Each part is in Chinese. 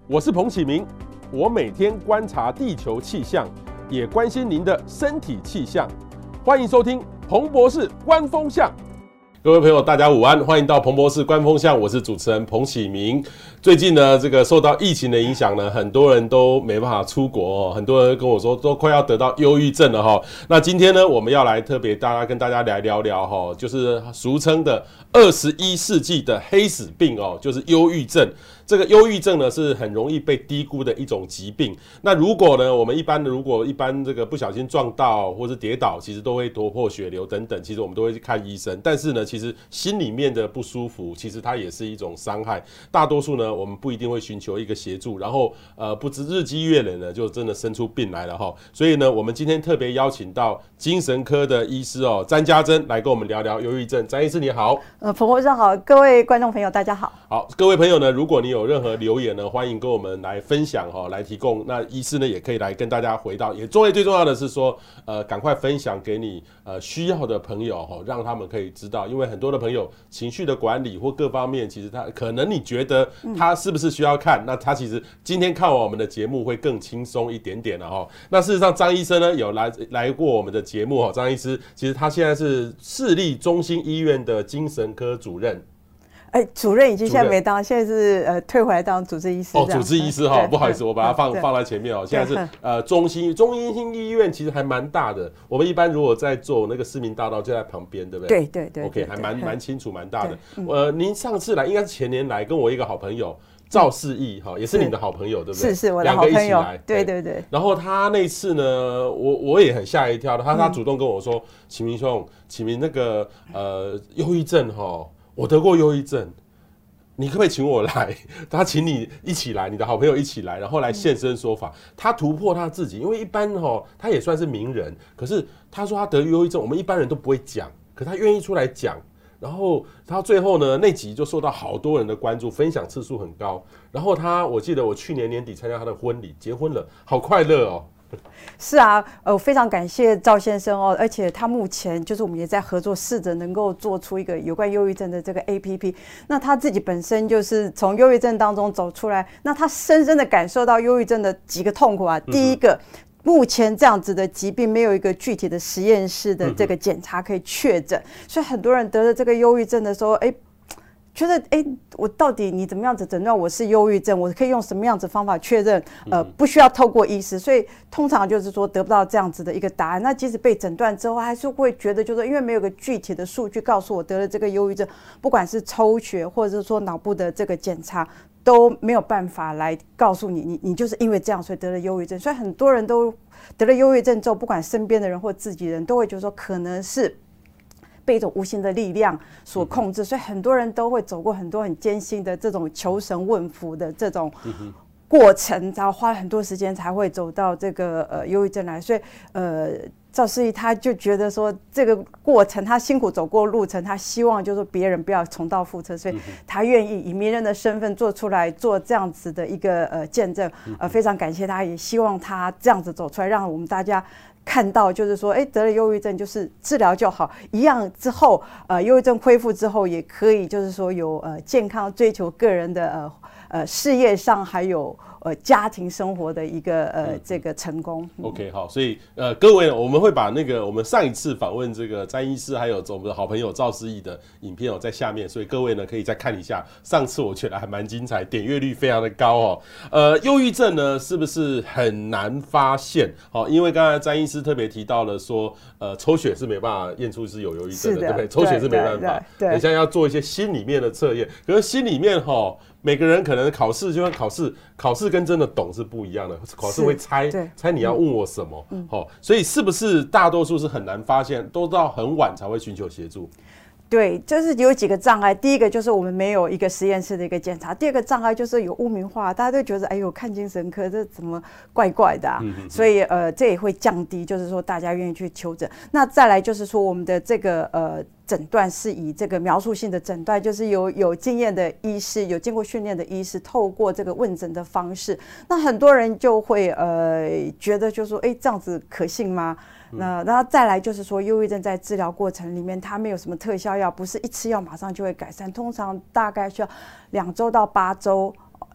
我是彭启明，我每天观察地球气象，也关心您的身体气象。欢迎收听彭博士观风向。各位朋友，大家午安，欢迎到彭博士观风向，我是主持人彭启明。最近呢，这个受到疫情的影响呢，很多人都没办法出国哦，很多人跟我说都快要得到忧郁症了哈。那今天呢，我们要来特别跟大家来聊聊哈，就是俗称的21世纪的黑死病哦，就是忧郁症。这个忧郁症呢是很容易被低估的一种疾病。那如果呢，我们一般这个不小心撞到或是跌倒，其实都会头破血流等等，其实我们都会去看医生。但是呢，其实心里面的不舒服，其实它也是一种伤害。大多数呢，我们不一定会寻求一个协助，然后不知日积月累呢，就真的生出病来了哈。所以呢，我们今天特别邀请到精神科的医师哦，詹家珍来跟我们聊聊忧郁症。詹医师你好。 彭博士好，各位观众朋友大家好。 好，各位朋友呢，如果你有任何留言呢，欢迎跟我们来分享哈，来提供。那医师呢也可以来跟大家回到。也最重要的是说，赶快分享给你需要的朋友哈，让他们可以知道，因为很多的朋友情绪的管理或各方面，其实他可能你觉得他是不是需要看，那他其实今天看完我们的节目会更轻松一点点了哈。那事实上，张医生呢有来过我们的节目哈，张医师其实他现在是市立中心医院的精神科主任。 主任已经现在没当，现在是退回来当主治医师。 主治医师哈，不好意思，我把它放在前面哦。现在是中心医院，其实还蛮大的。我们一般如果在做那个市民大道就在旁边，对不对？ 对。 OK， 还蛮清楚，蛮大的。您上次来应该是前年来，跟我一个好朋友赵世义哈，也是你的好朋友，对不对？ 是我的好朋友。两个一起来，对。 然后他那次呢，我也很吓一跳，他主动跟我说：“启明兄，启明那个忧郁症哈。”我得过忧郁症，你可不可以请我来？他请你一起来，你的好朋友一起来，然后来现身说法。他突破他自己，因为一般他也算是名人，可是他说他得忧郁症，我们一般人都不会讲，可他愿意出来讲。然后他最后呢，那集就受到好多人的关注，分享次数很高。然后我记得我去年年底参加他的婚礼，结婚了，好快乐哦。 是啊，我非常感谢赵先生哦，而且他目前就是我们也在合作，试着能够做出一个有关忧郁症的这个 APP。那他自己本身就是从忧郁症当中走出来，那他深深的感受到忧郁症的几个痛苦啊。第一个，目前这样子的疾病没有一个具体的实验室的这个检查可以确诊，所以很多人得了这个忧郁症的时候，觉得我到底你怎么样子诊断我是忧郁症？我可以用什么样子方法确认？不需要透过医师，所以通常就是说得不到这样子的一个答案。那即使被诊断之后，还是会觉得就是因为没有个具体的数据告诉我得了这个忧郁症，不管是抽血或者是说脑部的这个检查，都没有办法来告诉你就是因为这样所以得了忧郁症。所以很多人都得了忧郁症之后，不管身边的人或自己人都会觉得说可能是被一种无形的力量所控制，所以很多人都会走过很多很艰辛的这种求神问佛的这种过程，然后花了很多时间才会走到这个忧郁症来。所以赵世义他就觉得说这个过程他辛苦走过路程，他希望就是说别人不要重蹈覆辙，所以他愿意以名人的身份做出来做这样子的一个见证。非常感谢他，也希望他这样子走出来，让我们大家看到就是说得了忧郁症就是治疗就好一样，之后忧郁症恢复之后也可以就是说有健康追求个人的事业上还有家庭生活的一个这个成功。 OK 好，所以各位我们会把那个我们上一次访问这个詹医师还有我们的好朋友赵世义的影片在下面，所以各位呢可以再看一下。上次我觉得还蛮精彩，点阅率非常的高哦。忧郁症呢是不是很难发现？因为刚才詹医师特别提到了说，抽血是没办法验出是有忧郁症的，对不对？抽血是没办法，等一下要做一些心里面的测验。可是心里面每个人可能考试就像考试跟真的懂是不一样的，考试会猜你要问我什么，所以是不是大多数是很难发现，都到很晚才会寻求协助？ 对，就是有几个障碍。第一个就是我们没有一个实验室的一个检查，第二个障碍就是有污名化，大家都觉得哎呦看精神科这怎么怪怪的啊，所以这也会降低就是说大家愿意去求诊。那再来就是说我们的这个诊断是以这个描述性的诊断，就是有经验的医师，有经过训练的医师，透过这个问诊的方式，那很多人就会觉得就是说这样子可信吗？然后再来就是说，忧郁症在治疗过程里面，它没有什么特效药，不是一吃药马上就会改善，通常大概需要2周到8周，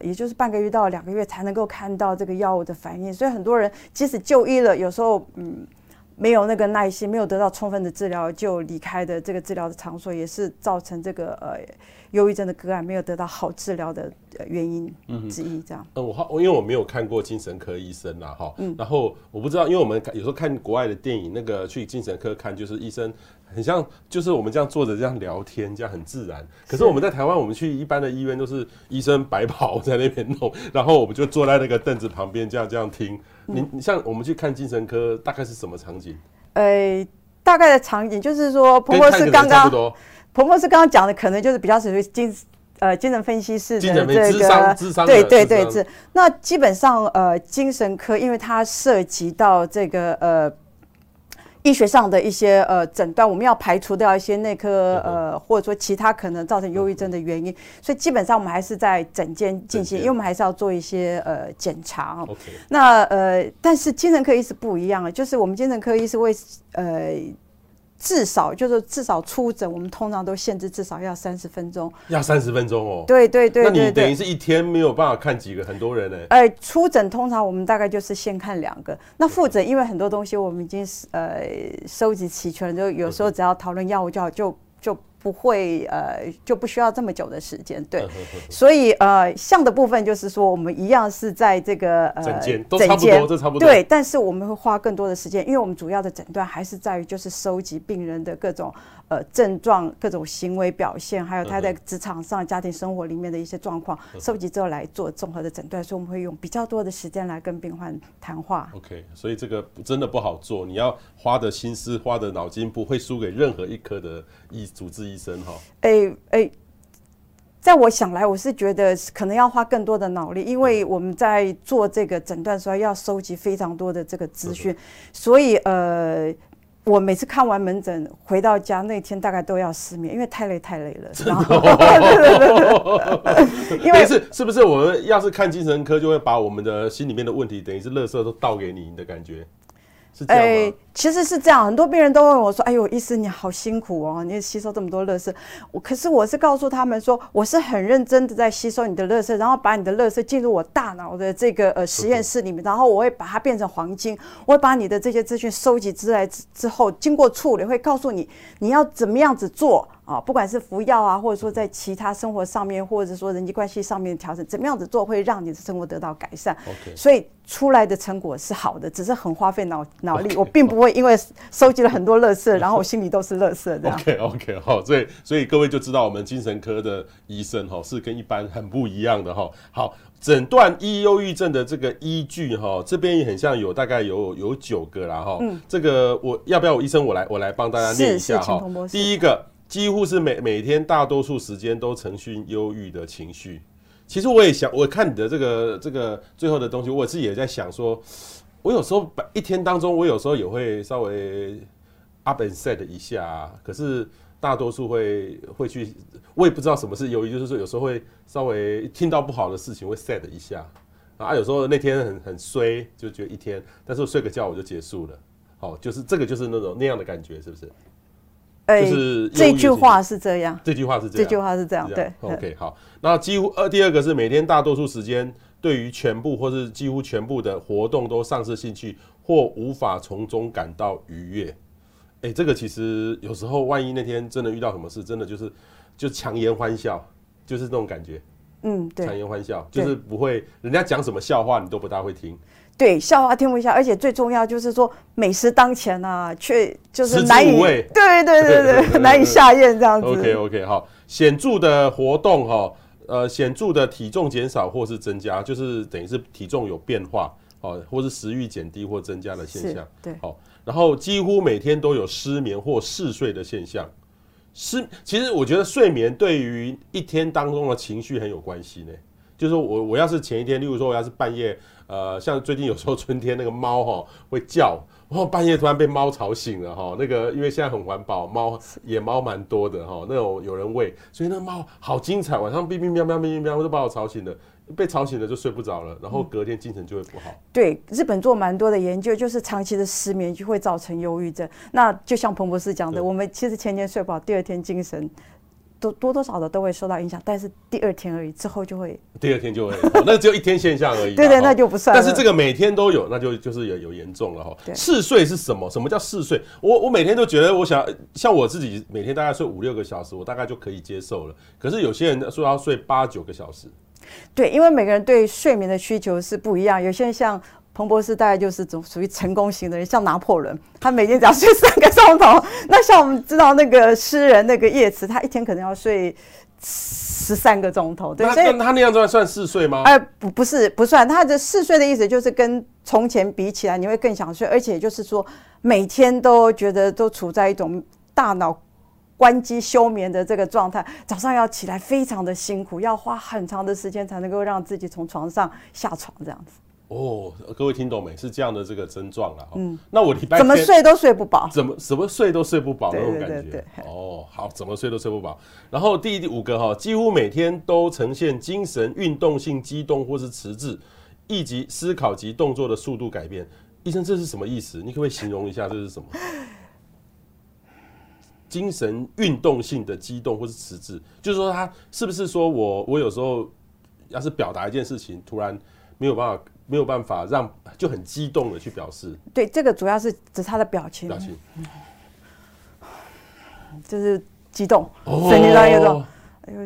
也就是半个月到2个月才能够看到这个药物的反应，所以很多人即使就医了，有时候没有那个耐心，没有得到充分的治疗就离开的这个治疗的场所，也是造成这个忧郁症的个案没有得到好治疗的原因之一。这样， 因为我没有看过精神科医生啦，哈，然后我不知道，因为我们有时候看国外的电影，那个去精神科看，就是医生很像，就是我们这样坐着这样聊天，这样很自然。可是我们在台湾，我们去一般的医院都是医生白袍在那边弄，然后我们就坐在那个凳子旁边这样听。你像我们去看精神科，大概是什么场景？ 大概的场景就是说，彭博士刚刚讲的，可能就是比较属于精神分析室的这个諮商对。那基本上精神科，因为它涉及到这个医学上的一些诊断，我们要排除掉一些内科或者说其他可能造成忧郁症的原因，所以基本上我们还是在诊间进行，因为我们还是要做一些检查。那但是精神科医师不一样了，就是我们精神科医师会至少出诊，我们通常都限制至少要30分钟。 要30分钟哦。 对。 那你等于是一天没有办法看几个很多人呢？ 出诊通常我们大概就是先看2个。那复诊因为很多东西我们已经收集齐全了，就有时候只要讨论药物就不会就不需要这么久的时间，对。所以像的部分就是说，我们一样是在这个诊间都差不多，这差不多。 对，但是我们会花更多的时间，因为我们主要的诊断还是在于就是收集病人的各种症状、各种行为表现，还有他在职场上、家庭生活里面的一些状况，收集之后来做综合的诊断，所以我们会用比较多的时间来跟病患谈话。 OK， 所以这个真的不好做，你要花的心思、花的脑筋不会输给任何一科的主治医生哈。 在我想来，我是觉得可能要花更多的脑力，因为我们在做这个诊断的时候要收集非常多的这个资讯，所以我每次看完门诊回到家那天大概都要失眠，因为太累了。然后因为是不是我们要是看精神科，就会把我们的心里面的问题，等于是垃圾都倒给你的感觉？是这样吗？ 其实是这样，很多病人都问我说：“哎呦，医师你好辛苦哦，你吸收这么多垃圾。”可是我是告诉他们说，我是很认真的在吸收你的垃圾，然后把你的垃圾进入我大脑的这个实验室里面，然后我会把它变成黄金，我会把你的这些资讯收集之后，经过处理，会告诉你你要怎么样子做。不管是服药啊，或者说在其他生活上面，或者说人际关系上面的调整，怎么样子做会让你的生活得到改善。所以出来的成果是好的，只是很花费脑力。我并不会因为收集了很多垃圾，然后我心里都是垃圾这样。 OK， 好，所以各位就知道我们精神科的医生是跟一般很不一样的哈。好，诊断忧郁症的这个依据这边也很像大概有9个啦哈。这个我要不要医生我来帮大家念一下哈。第一个。几乎是每天大多数时间都承续忧郁的情绪。其实我也想，我看你的这个最后的东西，我自己也在想说，我有时候一天当中，我有时候也会稍微 up and sad 一下，可是大多数会去，我也不知道什么是忧郁，就是说有时候会稍微听到不好的事情会 sad 一下有时候那天很衰，就觉得一天，但是我睡个觉我就结束了。好，就是这个就是那样的感觉，是不是？就是这句话是这样， 这句话是这样， 对。 OK， 好，那第二个是每天大多数时间对于全部或是几乎全部的活动都丧失兴趣，或无法从中感到愉悦。这个其实有时候万一那天真的遇到什么事，真的就强颜欢笑，就是这种感觉。对，强颜欢笑，就是不会人家讲什么笑话你都不大会听。对， 笑话听不下，而且最重要就是说美食当前啊，却就是难以对， 难以下咽这样子。 OK， 好，显著的活动显著的体重减少或是增加，就是等于是体重有变化或是食欲减低或增加的现象。 对， 好，然后几乎每天都有失眠或嗜睡的现象。其实我觉得睡眠对于一天当中的情绪很有关系呢。就是说我要是前一天，例如说我要是半夜，像最近有时候春天那个猫会叫，然后半夜突然被猫吵醒了那个因为现在很环保，野猫蛮多的那种有人喂，所以那个猫好精彩，晚上哔哔喵喵哔哔喵都把我吵醒了，被吵醒了就睡不着了，然后隔天精神就会不好。 对，日本做蛮多的研究，就是长期的失眠就会造成忧郁症。那就像彭博士讲的，我们其实前天睡不好，第二天精神多多少少都会受到影响，但是第二天而已，之后就会那只有一天现象而已。 对，那就不算了。 但是这个每天都有，那就是有严重了哈。嗜睡是什么？什么叫嗜睡？我每天都觉得，我想像我自己每天大概睡5-6个小时，我大概就可以接受了。可是有些人说要睡8-9个小时。 对，因为每个人对睡眠的需求是不一样，有些人像彭博士大概就是属于成功型的人，像拿破仑，他每天只要睡3个钟头。那像我们知道那个诗人那个叶慈，他一天可能要睡13个钟头。对， 所以他那样算嗜睡吗？ 不算。他的嗜睡的意思就是跟从前比起来，你会更想睡，而且就是说每天都觉得都处在一种大脑关机休眠的这个状态，早上要起来非常的辛苦，要花很长的时间才能够让自己从床上下床这样子。 各位听懂没？是这样的这个症状了。那我礼拜天怎么睡都睡不饱， 怎么睡都睡不饱那种感觉。对，好，怎么睡都睡不饱。然后第5个几乎每天都呈现精神运动性激动或是迟滞，以及思考及动作的速度改变。医生，这是什么意思？你可不可以形容一下这是什么？精神运动性的激动或是迟滞，就是说他是不是说我有时候要是表达一件事情，突然没有办法让就很激动的去表示。 对，这个主要是指他的表情，就是激动，神经上有种，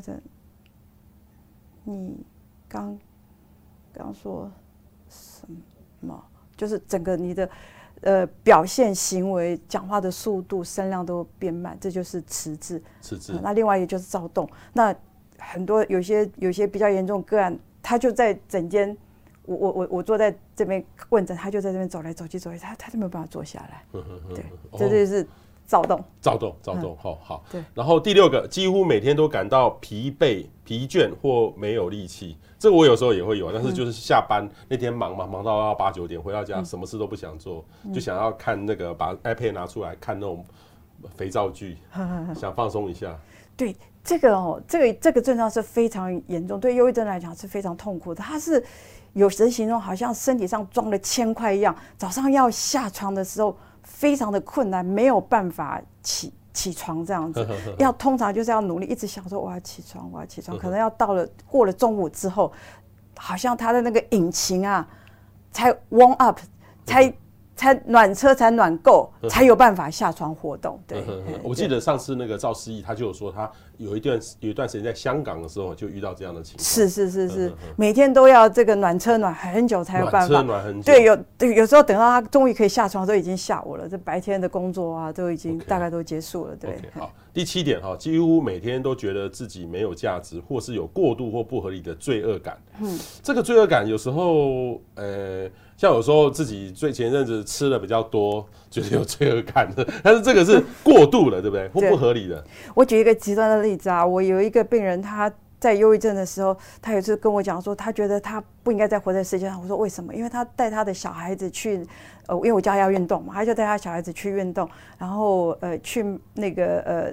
你刚说什么？就是整个你的表现行为、讲话的速度、声量都变慢，这就是迟滞。那另外一个就是躁动。那很多有些比较严重个案，他就在诊间。我坐在这边问诊，他就在这边走来走去，他都没有办法坐下来。对，这就是躁动。 好。对。然后第6个，几乎每天都感到疲倦或没有力气。这个我有时候也会有，但是就是下班那天忙到要8-9点，回到家什么事都不想做，就想要看那个把 iPad 拿出来看那种肥皂剧，想放松一下。 对，这个症状是非常严重，对忧郁症来讲是非常痛苦的。它是有人形容好像身体上装了铅块一样，早上要下床的时候非常的困难，没有办法起床这样子。通常就是要努力，一直想说我要起床，可能要过了中午之后，好像他的那个引擎啊才 warm up， 才暖车才暖够，才有办法下床活动。对， 我记得上次那个赵思义他就有说，他有一段时间在香港的时候就遇到这样的情况。 是，每天都要这个暖车暖很久才有办法。 暖很久。 对，有时候等到他终于可以下床，都已经下午了。这白天的工作啊，都已经大概都结束了。对。 好，第7点几乎每天都觉得自己没有价值，或是有过度或不合理的罪恶感。这个罪恶感有时候像有时候自己前一阵子吃的比较多，觉得有罪恶感的，但是这个是过度了，对不对？或不合理的。 我举一个极端的例子啊，我有一个病人，他在忧郁症的时候，他有一次跟我讲说，他觉得他不应该再活在世界上。我说为什么？因为他带他的小孩子去，因为我家要运动嘛，他就带他小孩子去运动，然后去那个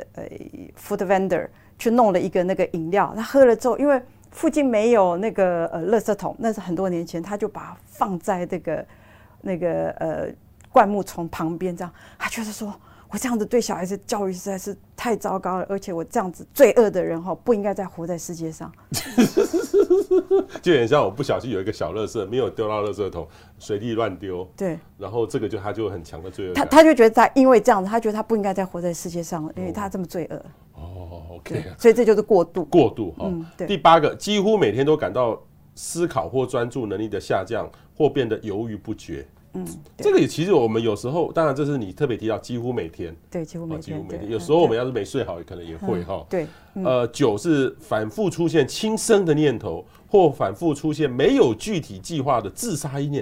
food vendor 去弄了一个那个饮料，他喝了之后，因为附近没有那个垃圾桶，那是很多年前，他就把它放在那个灌木丛旁边，这样他觉得说，我这样子对小孩子教育实在是太糟糕了，而且我这样子罪恶的人不应该再活在世界上。 就有点像我不小心有一个小垃圾没有丢到垃圾桶，随地乱丢。 对， 然后这个他就很强的罪恶感。 他就觉得他因为这样子，他觉得他不应该再活在世界上，因为他这么罪恶。 OK， 所以这就是过度。 第8个，几乎每天都感到思考或专注能力的下降，或变得犹豫不决。这个也其实我们有时候，当然这是你特别提到，几乎每天。对，几乎每天。有时候我们要是没睡好，可能也会对。 9是反复出现轻生的念头，或反复出现没有具体计划的自杀意念，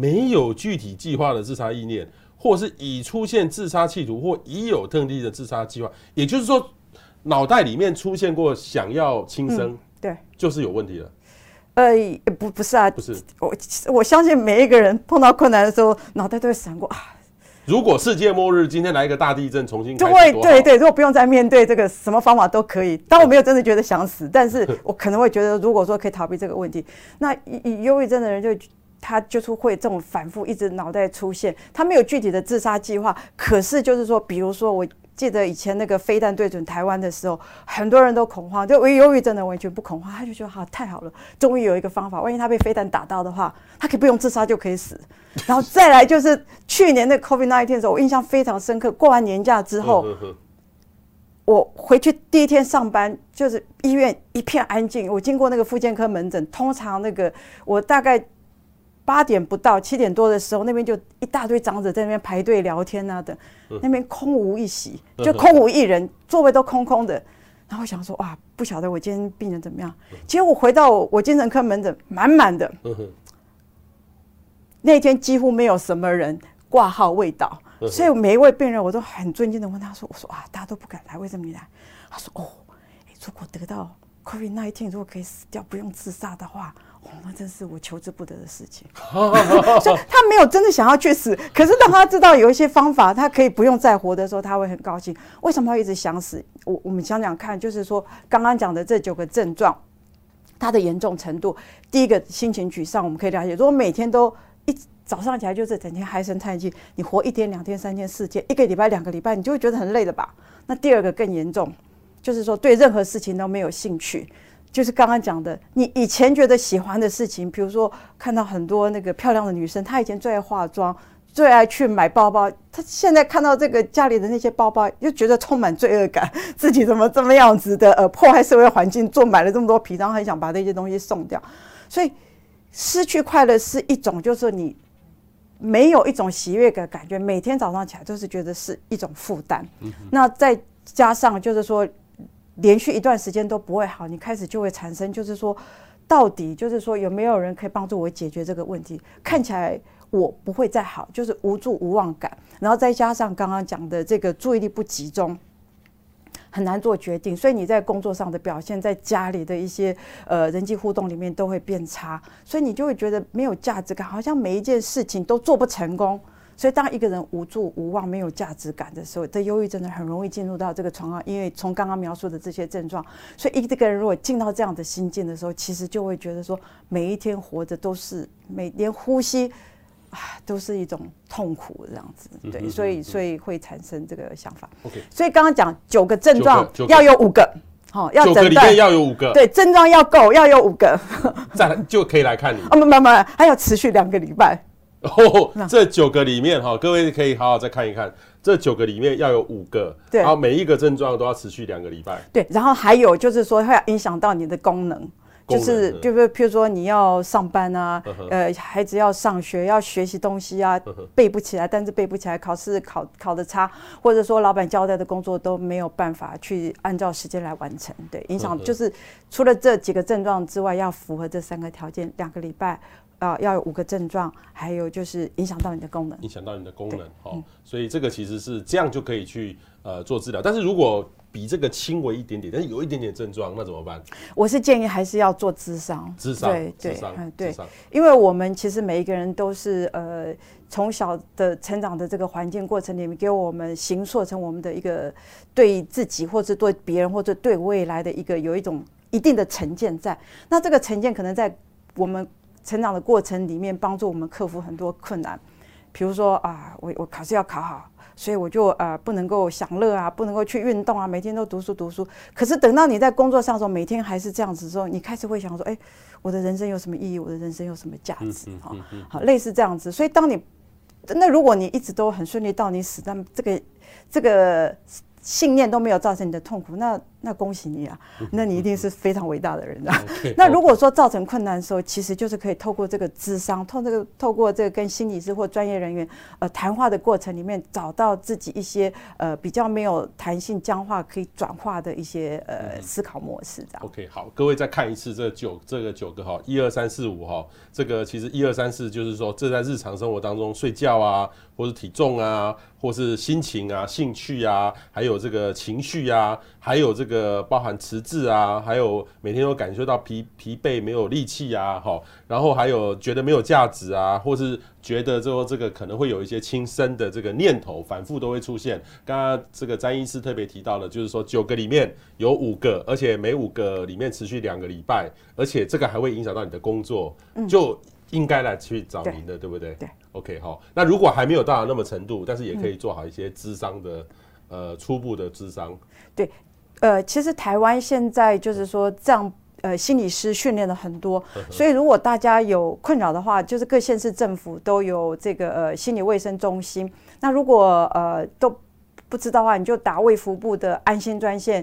或是已出现自杀企图，或已有特定的自杀计划。也就是说，脑袋里面出现过想要轻生， 对， 就是有问题了。 不是啊， 不是。 我相信每一个人碰到困难的时候，脑袋都会闪过啊。 如果世界末日，今天来一个大地震，重新开始多好。 对，如果不用再面对这个，什么方法都可以。但我没有真的觉得想死，但是我可能会觉得，如果说可以逃避这个问题，那以忧郁症的人他就是会这种反复一直脑袋出现，他没有具体的自杀计划，可是就是说，比如说我记得以前那个飞弹对准台湾的时候，很多人都恐慌，就忧郁症的完全不恐慌，他就觉得好太好了，终于有一个方法，万一他被飞弹打到的话，他可以不用自杀就可以死。然后再来就是去年的 COVID-19 的时候，我印象非常深刻，过完年假之后。我回去第一天上班，就是医院一片安静。我经过那个复健科门诊，通常那个我大概8点不到7点多的时候，那边就一大堆长者在那边排队聊天啊等，那边空无一席，就空无一人，座位都空空的。然后我想说，哇，不晓得我今天病人怎么样。结果我回到我精神科门诊，满满的。那天几乎没有什么人挂号未到。所以每一位病人我都很尊敬的问他说：“我说啊，大家都不敢来，为什么你来？”他说：“哦，如果得到 COVID-19， 如果可以死掉，不用自杀的话，那真是我求之不得的事情。”所以他没有真的想要去死，可是当他知道有一些方法，他可以不用再活的时候，他会很高兴。为什么会一直想死？我们想想看，就是说刚刚讲的这9个症状，它的严重程度。第一个，心情沮丧，我们可以了解。如果每天都早上起来就是整天唉声叹气，你活1天、2天、3天、4天，1个礼拜、2个礼拜，你就会觉得很累了吧？那第二个更严重，就是说对任何事情都没有兴趣，就是刚刚讲的，你以前觉得喜欢的事情，比如说看到很多那个漂亮的女生，她以前最爱化妆，最爱去买包包，她现在看到这个家里的那些包包，又觉得充满罪恶感，自己怎么这么样子的破坏社会环境，买了这么多皮，然后很想把那些东西送掉，所以失去快乐是一种，就是你没有一种喜悦的感觉，每天早上起来都是觉得是一种负担。那再加上就是说，连续一段时间都不会好，你开始就会产生就是说，到底就是说有没有人可以帮助我解决这个问题？看起来我不会再好，就是无助无望感，然后再加上刚刚讲的这个注意力不集中。很难做决定，所以你在工作上的表现，在家里的一些人际互动里面都会变差，所以你就会觉得没有价值感，好像每一件事情都做不成功。所以当一个人无助无望、没有价值感的时候，这忧郁症很容易进入到这个状况。因为从刚刚描述的这些症状，所以一个人如果进到这样的心境的时候，其实就会觉得说，每一天活着都是连呼吸。都是一种痛苦这样子，对，所以会产生这个想法。OK， 所以刚刚讲9个症状要有5个， 要9个里面要有5个， 对，症状要够，要有5个， 再来就可以来看你。 没，还要持续2个礼拜。 这9个里面各位可以好好再看一看，这9个里面要有5个，对，然后每一个症状都要持续2个礼拜。 对，然后还有就是说会影响到你的功能。就是譬如说你要上班啊，孩子要上学要学习东西啊，背不起来，单字背不起来，考试考得差，或者说老板交代的工作都没有办法去按照时间来完成，对，影响就是除了这几个症状之外，要符合这3个条件，2个礼拜。要有5个症状，还有就是影响到你的功能， 所以这个其实是这样就可以去做治疗。但是如果比这个轻微一点点，但是有一点点症状，那怎么办？ 我是建议还是要做咨商，对，因为我们其实每一个人都是从小的成长的这个环境过程里面，给我们形塑成我们的一个对自己，或者对别人，或者对未来的有一种一定的成见在。那这个成见可能在我们成长的过程里面，帮助我们克服很多困难，比如说我考试要考好，所以我就不能够享乐啊，不能够去运动啊，每天都读书。可是等到你在工作上的时候，每天还是这样子的时候，你开始会想说，我的人生有什么意义？我的人生有什么价值？好，类似这样子。所以如果你一直都很顺利到你死，那么这个信念都没有造成你的痛苦，那恭喜你啊，那你一定是非常伟大的人啊。那如果说造成困难的时候，其实就是可以透过这个咨商，透过这个跟心理师或专业人员谈话的过程里面，找到自己一些比较没有弹性、僵化可以转化的一些思考模式。这样 OK， 好，各位再看一次这个9个1、2、3、4、5这个其实1、2、3、4就是说，这在日常生活当中睡觉啊，或是体重啊，或是心情啊、兴趣啊，还有这个情绪啊，还有这个包含迟滞啊，还有每天都感受到疲惫、没有力气啊，然后还有觉得没有价值啊，或是觉得说这个可能会有一些轻生的这个念头，反复都会出现。刚刚这个詹医师特别提到的，就是说9个里面有5个，而且每5个里面持续2个礼拜，而且这个还会影响到你的工作，就应该来去找您的，对不对？ 对 ，OK， 好。那如果还没有到那么程度，但是也可以做好一些咨商的初步的諮商？ 对，其实台湾现在就是说这样。心理师训练了很多，所以如果大家有困扰的话，就是各县市政府都有这个心理卫生中心。那如果都不知道的话，你就打卫福部的安心专线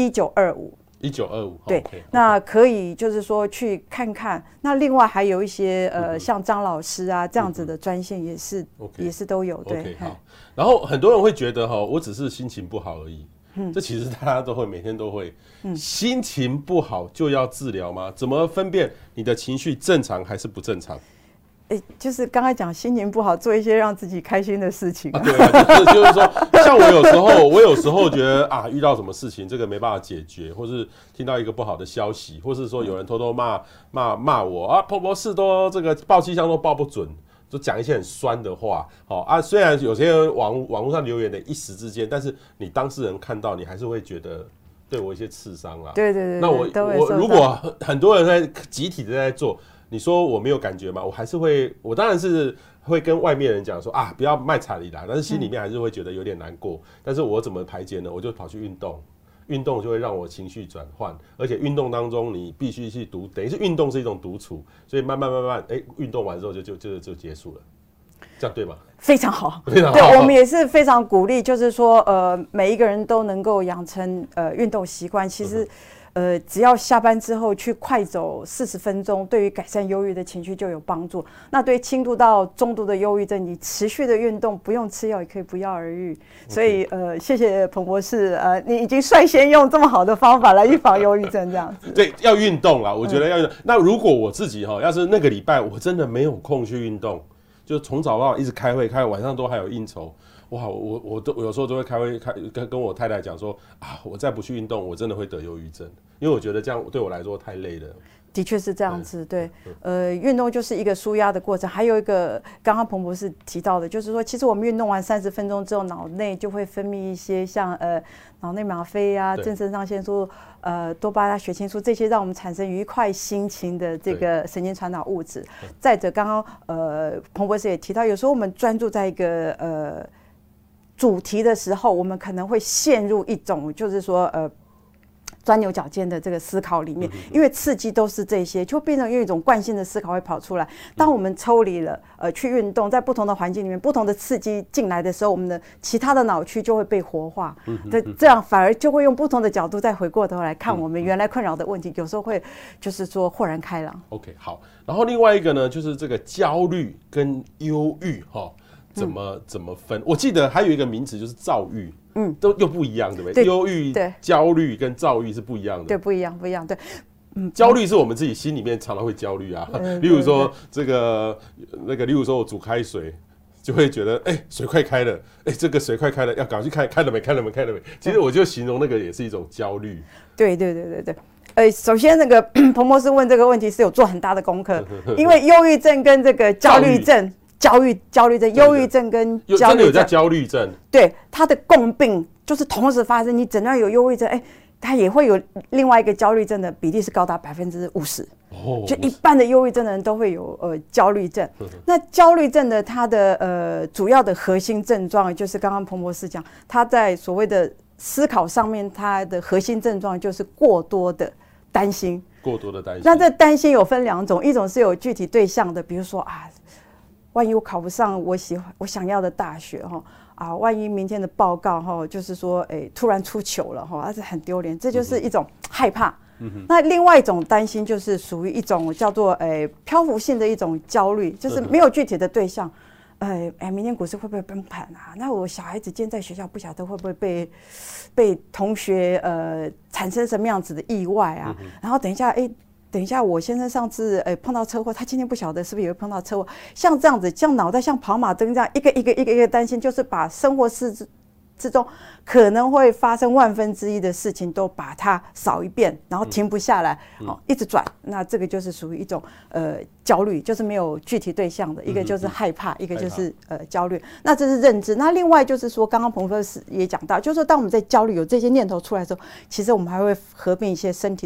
1925。 1925， 对，那可以就是说去看看。那另外还有一些像张老师啊这样子的专线也是都有。对， 好。然后很多人会觉得我只是心情不好而已。这其实大家都会，每天都会。心情不好就要治疗吗？怎么分辨你的情绪正常还是不正常？ 就是刚才讲心情不好，做一些让自己开心的事情。 对啊，就是说，像我有时候觉得遇到什么事情，这个没办法解决，或是听到一个不好的消息，或是说有人偷偷骂我彭博士都这个报气象都报不准。就讲一些很酸的话，虽然有些网络上留言的一时之间，但是你当事人看到，你还是会觉得对我一些刺伤啦。 对。那我如果很多人在集体的在做，你说我没有感觉吗？我还是会，我当然是会跟外面人讲说不要卖彩礼啦，但是心里面还是会觉得有点难过。但是我怎么排解呢？我就跑去运动。运动就会让我情绪转换，而且运动当中你必须去等于是运动是一种独处，所以慢慢，运动完之后就结束了，这样对吗？ 非常好， 非常好。 对，我们也是非常鼓励，就是说每一个人都能够养成运动习惯。其实只要下班之后去快走40分钟，对于改善忧郁的情绪就有帮助。那对于轻度到中度的忧郁症，你持续的运动，不用吃药也可以不药而愈。所以谢谢彭博士，你已经率先用这么好的方法来预防忧郁症，这样子。 对，要运动啦，我觉得要运动。那如果我自己要是那个礼拜我真的没有空去运动，就从早到晚一直开会，晚上都还有应酬。哇，我有时候都会跟我太太讲说我再不去运动，我真的会得忧郁症，因为我觉得这样对我来说太累了。 的确是这样子，对，运动就是一个舒压的过程。还有一个刚刚彭博士提到的，就是说，其实我们运动完30分钟之后，脑内就会分泌一些像脑内吗啡啊、正肾上腺素、多巴胺、血清素这些，让我们产生愉快心情的这个神经传导物质。再者，刚刚彭博士也提到，有时候我们专注在一个主题的时候，我们可能会陷入一种就是说钻牛角尖的这个思考里面，因为刺激都是这些，就变成有一种惯性的思考会跑出来。当我们抽离了去运动，在不同的环境里面，不同的刺激进来的时候，我们的其他的脑区就会被活化，这样反而就会用不同的角度再回过头来看我们原来困扰的问题，有时候会就是说豁然开朗。 OK， 好。然后另外一个呢，就是这个焦虑跟忧郁怎么分？我记得还有一个名词就是躁郁，都又不一样，对不对？忧郁、焦虑跟躁郁是不一样的， 对，不一样，对。 焦虑是我们自己心里面常常会焦虑啊，例如说例如说我煮开水，就会觉得水快开了，这个水快开了，要赶快去开了没？其实我就形容那个也是一种焦虑。 对。首先那个彭博士问这个问题是有做很大的功课，因为忧郁症跟这个焦虑症。焦虑症、忧郁症跟焦虑症， 真的有叫焦虑症？ 对，它的共病就是同时发生。你诊断有忧郁症，它也会有另外一个焦虑症的比例是高达50%。就一半的忧郁症的人都会有焦虑症。那焦虑症的它的主要的核心症状，就是刚刚彭博士讲，它在所谓的思考上面，它的核心症状就是过多的担心。那这担心有分2种，一种是有具体对象的，比如说万一我考不上我想要的大学万一明天的报告就是说突然出糗了那是很丢脸，这就是一种害怕。那另外一种担心就是属于一种叫做漂浮性的一种焦虑，就是没有具体的对象。明天股市会不会崩盘啊？那我小孩子今天在学校不晓得会不会被同学产生什么样子的意外啊？然后等一下，我先生上次碰到车祸，他今天不晓得是不是也会碰到车祸。像这样子，像脑袋像跑马灯这样一个担心，就是把生活之中可能会发生1/1000的事情都把它扫一遍，然后停不下来，一直转。那这个就是属于一种焦虑，就是没有具体对象的。一个就是害怕，一个就是焦虑。那这是认知。那另外就是说，刚刚彭博士也讲到，就是说当我们在焦虑有这些念头出来的时候，其实我们还会合并一些身体的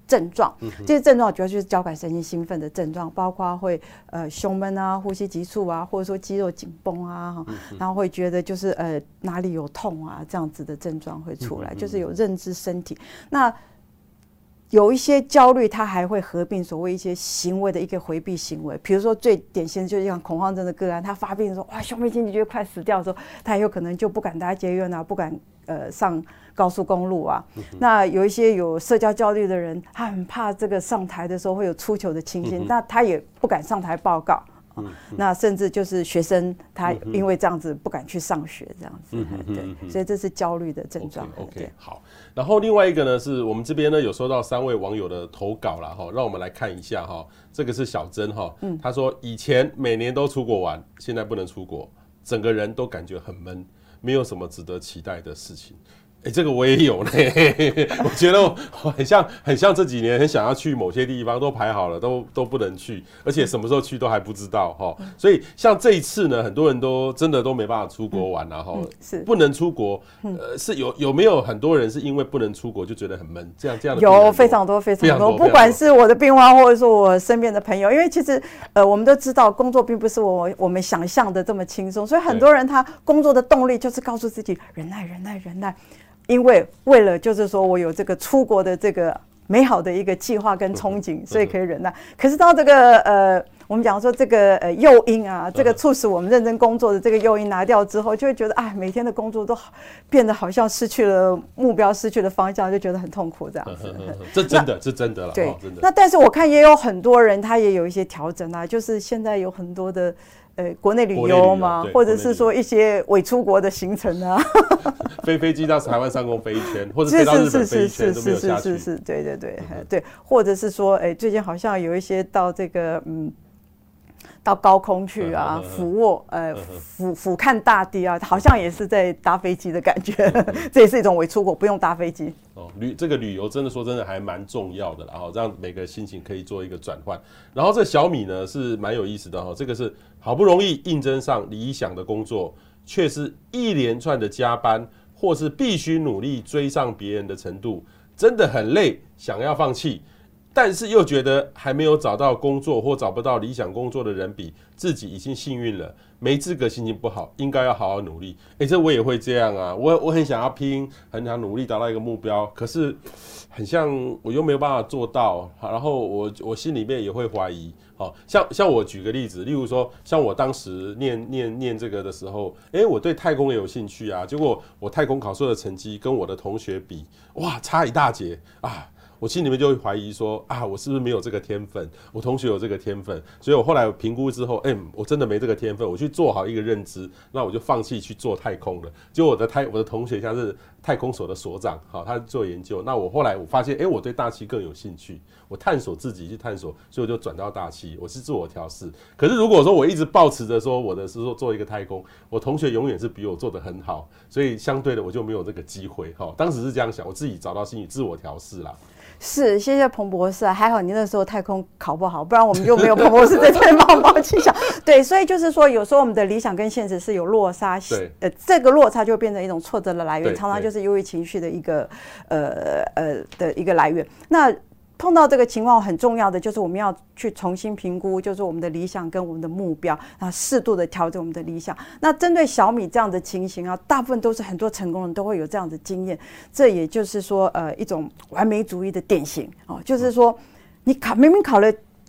症状，这些症状主要就是交感神经兴奋的症状，包括会胸闷啊、呼吸急促啊，或者说肌肉紧绷啊，然后会觉得就是哪里有痛啊这样子的症状会出来，就是有认知身体。那有一些焦虑，它还会合并所谓一些行为的一个回避行为，比如说最典型的就是像恐慌症的个案，他发病的时候，哇，胸背心觉得快死掉的时候，他有可能就不敢搭捷运啊，不敢上高速公路啊。那有一些有社交焦虑的人，他很怕这个上台的时候会有出糗的情形，那他也不敢上台报告。那甚至就是学生，他因为这样子不敢去上学，这样子，对，所以这是焦虑的症状。 OK， 好。然后另外一个呢，是我们这边呢有收到3位网友的投稿啦，让我们来看一下哈。这个是小珍哈，他说以前每年都出国玩，现在不能出国，整个人都感觉很闷，没有什么值得期待的事情。这个我也有呢，我觉得我很像这几年很想要去某些地方，都排好了，都不能去，而且什么时候去都还不知道哈。所以像这一次呢，很多人都真的都没办法出国玩啊，是不能出国。是有没有很多人是因为不能出国就觉得很闷？这样的有非常多，不管是我的病患或者说我身边的朋友，因为其实我们都知道工作并不是我们想象的这么轻松，所以很多人他工作的动力就是告诉自己忍耐。因为为了就是说我有这个出国的这个美好的一个计划跟憧憬，所以可以忍耐。可是到这个我们讲说这个诱因啊，这个促使我们认真工作的这个诱因拿掉之后，就会觉得每天的工作都变得好像失去了目标，失去了方向，就觉得很痛苦这样子。 这真的了， 对， 真的。 那但是我看也有很多人他也有一些调整啊，就是现在有很多的国内旅游嘛，或者是说一些伪出国的行程啊， 飞机到台湾上空飞一圈，或者飞到日本飞一圈都没有下去。 是，对，或者是说，最近好像有一些到这个到高空去啊，俯卧俯瞰大地啊，好像也是在搭飞机的感觉，这也是一种伪出国，不用搭飞机。 这个旅游真的说真的还蛮重要的，然后让每个心情可以做一个转换。然后这小米呢是蛮有意思的哈，这个是好不容易应征上理想的工作，却是一连串的加班，或是必须努力追上别人的程度，真的很累，想要放弃。但是又觉得还没有找到工作或找不到理想工作的人比自己已经幸运了，没资格心情不好，应该要好好努力。这我也会这样啊，我很想要拼，很想努力达到一个目标，可是很像我又没有办法做到，然后我心里面也会怀疑。像我举个例子，例如说像我当时念这个的时候，我对太空也有兴趣啊，结果我太空考试的成绩跟我的同学比，哇，差一大截啊。我心里面就会怀疑说我是不是没有这个天分？我同学有这个天分，所以我后来评估之后，我真的没这个天分，我去做好一个认知，那我就放弃去做太空了。结果我的同学像是太空所的所长，他做研究，那我后来我发现，我对大气更有兴趣，我探索自己去探索，所以我就转到大气，我是自我调试。可是如果说我一直抱持着说我的是说做一个太空，我同学永远是比我做得很好，所以相对的我就没有这个机会。当时是这样想，我自己找到心理自我调试啦。 是，谢谢彭博士，还好你那时候太空考不好，不然我们就没有彭博士在这里帮我们气象。对，所以就是说，有时候我们的理想跟现实是有落差，这个落差就变成一种挫折的来源，常常就是忧郁情绪的一个的一个来源。那碰到这个情况很重要的就是我们要去重新评估，就是我们的理想跟我们的目标，然后适度的调整我们的理想。那针对小米这样的情形啊，大部分都是很多成功人都会有这样的经验。这也就是说，一种完美主义的典型哦，就是说你明明考了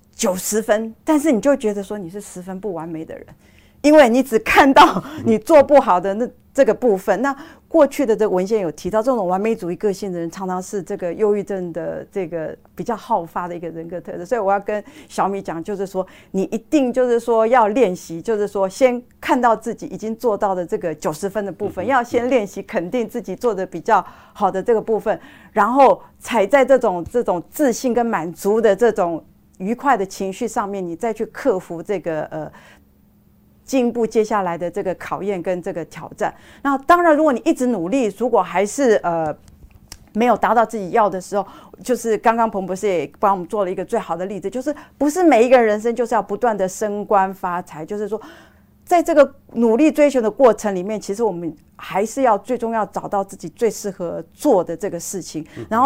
90分，但是你就觉得说你是10分不完美的人，因为你只看到你做不好的这个部分。那过去的这个文献有提到，这种完美主义个性的人常常是这个忧郁症的这个比较好发的一个人格特质。所以我要跟小米讲，就是说你一定就是说要练习，就是说先看到自己已经做到的这个90分的部分，要先练习肯定自己做的比较好的这个部分，然后才在这种自信跟满足的这种愉快的情绪上面，你再去克服这个进一步接下来的这个考验跟这个挑战。那当然如果你一直努力，如果还是没有达到自己要的时候，就是刚刚彭博士也帮我们做了一个最好的例子，就是不是每一个人生就是要不断的升官发财，就是说在这个努力追求的过程里面，其实我们还是要最终要找到自己最适合做的这个事情，然后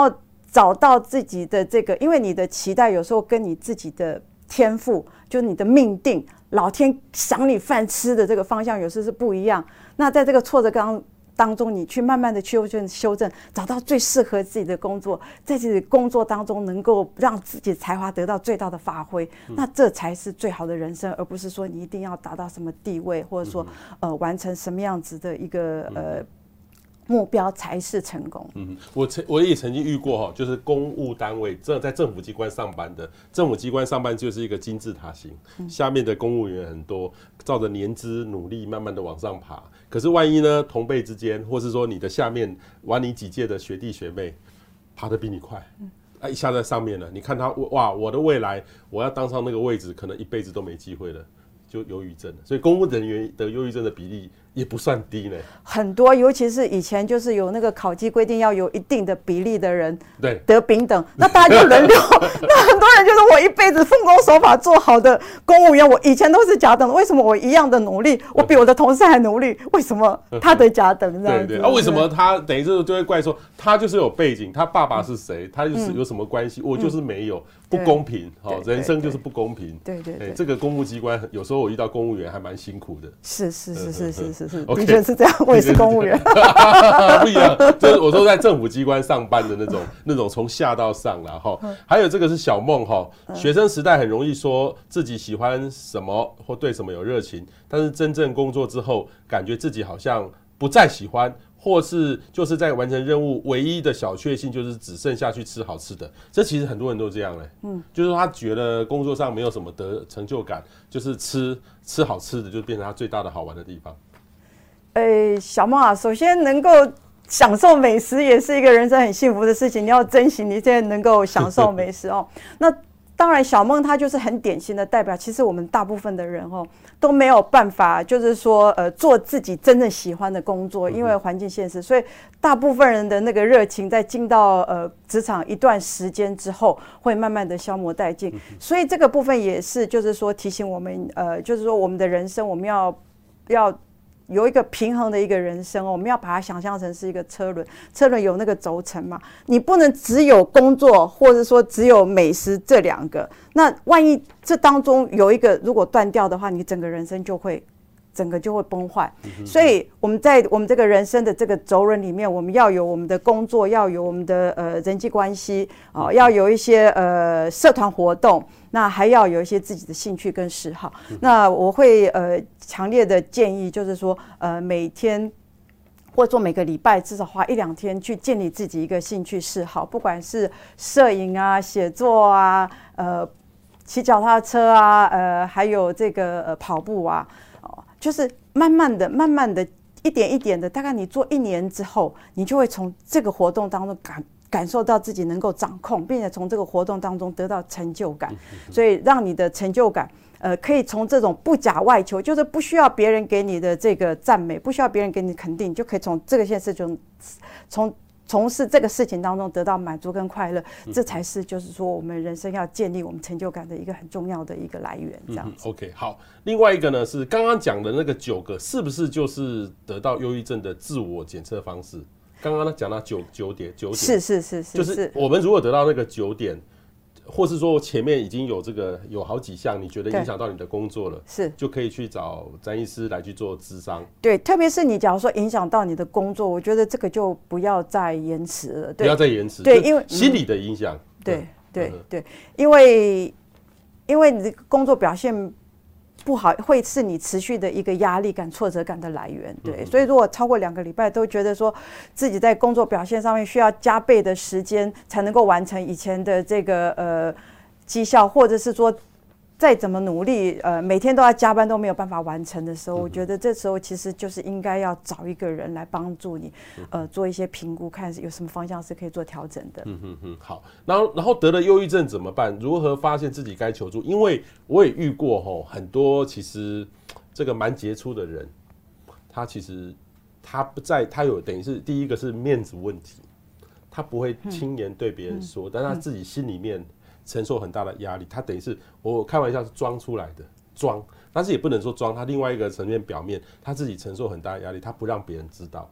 找到自己的这个，因为你的期待有时候跟你自己的天赋，就是你的命定，老天赏你饭吃的这个方向有时是不一样。那在这个挫折当中，你去慢慢的修正，找到最适合自己的工作，在自己工作当中能够让自己才华得到最大的发挥，那这才是最好的人生，而不是说你一定要达到什么地位，或者说完成什么样子的一个目标才是成功。 我也曾经遇过哈，就是公务单位在政府机关上班的，政府机关上班就是一个金字塔型，下面的公务员很多，照着年资努力慢慢的往上爬。可是万一呢，同辈之间，或是说你的下面晚你几届的学弟学妹，爬得比你快，一下在上面了，你看他哇，我的未来我要当上那个位置，可能一辈子都没机会了，就忧郁症了。所以公务人员得忧郁症的比例也不算低呢， 很多，尤其是以前就是有那个考绩规定要有一定的比例的人对得丙等，那大家就轮流。那很多人就是我一辈子奉公守法做好的公务员，我以前都是甲等，为什么我一样的努力，我比我的同事还努力，为什么他得甲等这样子？ 对，为什么他等于就会怪说他就是有背景，他爸爸是谁，他就是有什么关系，我就是没有，不公平，人生就是不公平。 对， 这个公务机关有时候我遇到公务员还蛮辛苦的。 是，的确是这样，我也是公务员。 不一样，就是我都在政府机关上班的那种从下到上啦哈。还有这个是小梦哈，学生时代很容易说自己喜欢什么或对什么有热情，但是真正工作之后，感觉自己好像不再喜欢，或是就是在完成任务唯一的小确幸就是只剩下去吃好吃的。这其实很多人都这样就是说他觉得工作上没有什么得成就感，就是吃好吃的就变成他最大的好玩的地方。 小梦啊，首先能够享受美食也是一个人生很幸福的事情，你要珍惜你现在能够享受美食哦。那当然，小梦她就是很典型的代表。其实我们大部分的人都没有办法，就是说做自己真正喜欢的工作，因为环境现实，所以大部分人的那个热情在进到职场一段时间之后，会慢慢的消磨殆尽。所以这个部分也是，就是说提醒我们，就是说我们的人生，我们要有一个平衡的一个人生我们要把它想象成是一个车轮，车轮有那个轴承嘛，你不能只有工作或者说只有美食这两个，那万一这当中有一个如果断掉的话，你整个人生就会崩坏。所以我们在我们这个人生的这个轴轮里面，我们要有我们的工作，要有我们的人际关系要有一些社团活动，那还要有一些自己的兴趣跟嗜好。那我会强烈的建议，就是说每天或者说每个礼拜至少花1-2天去建立自己一个兴趣嗜好，不管是摄影啊、写作啊、骑脚踏车啊、还有这个跑步啊，就是慢慢的一点一点的，大概你做1年之后，你就会从这个活动当中感受到自己能够掌控，并且从这个活动当中得到成就感，所以让你的成就感可以从这种不假外求，就是不需要别人给你的这个赞美，不需要别人给你肯定，就可以从这个件事中从事这个事情当中得到满足跟快乐，这才是就是说我们人生要建立我们成就感的一个很重要的一个来源。这样子。 OK， 好。另外一个呢是刚刚讲的那个9个，是不是就是得到忧郁症的自我检测方式？刚刚讲到9点， 是， 就是我们如果得到那个9点，或是说前面已经有好几项，你觉得影响到你的工作了， 是就可以去找詹医师来去做諮商。 对，特别是你假如说影响到你的工作，我觉得这个就不要再延迟了。 不要再延迟， 对，因为心理的影响。 对，因为你的工作表现不好，会是你持续的一个压力感、挫折感的来源。对，所以如果超过2个礼拜都觉得说自己在工作表现上面需要加倍的时间才能够完成以前的这个绩效，或者是说再怎么努力每天都要加班都没有办法完成的时候，我觉得这时候其实就是应该要找一个人来帮助你做一些评估，看有什么方向是可以做调整的。 好。然后得了忧郁症怎么办？如何发现自己该求助？因为我也遇过很多其实这个蛮杰出的人，他其实他有等于是第一个是面子问题，他不会轻言对别人说，但他自己心里面承受很大的压力，他等于是我开玩笑是装出来的装，但是也不能说装，他另外一个层面表面他自己承受很大的压力，他不让别人知道，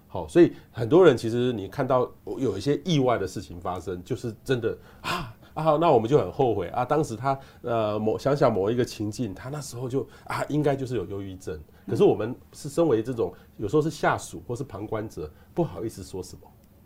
好，所以很多人其实你看到有一些意外的事情发生，就是真的那我们就很后悔啊，当时他想想某一个情境，他那时候就应该就是有忧郁症，可是我们是身为这种有时候是下属或是旁观者，不好意思说什么。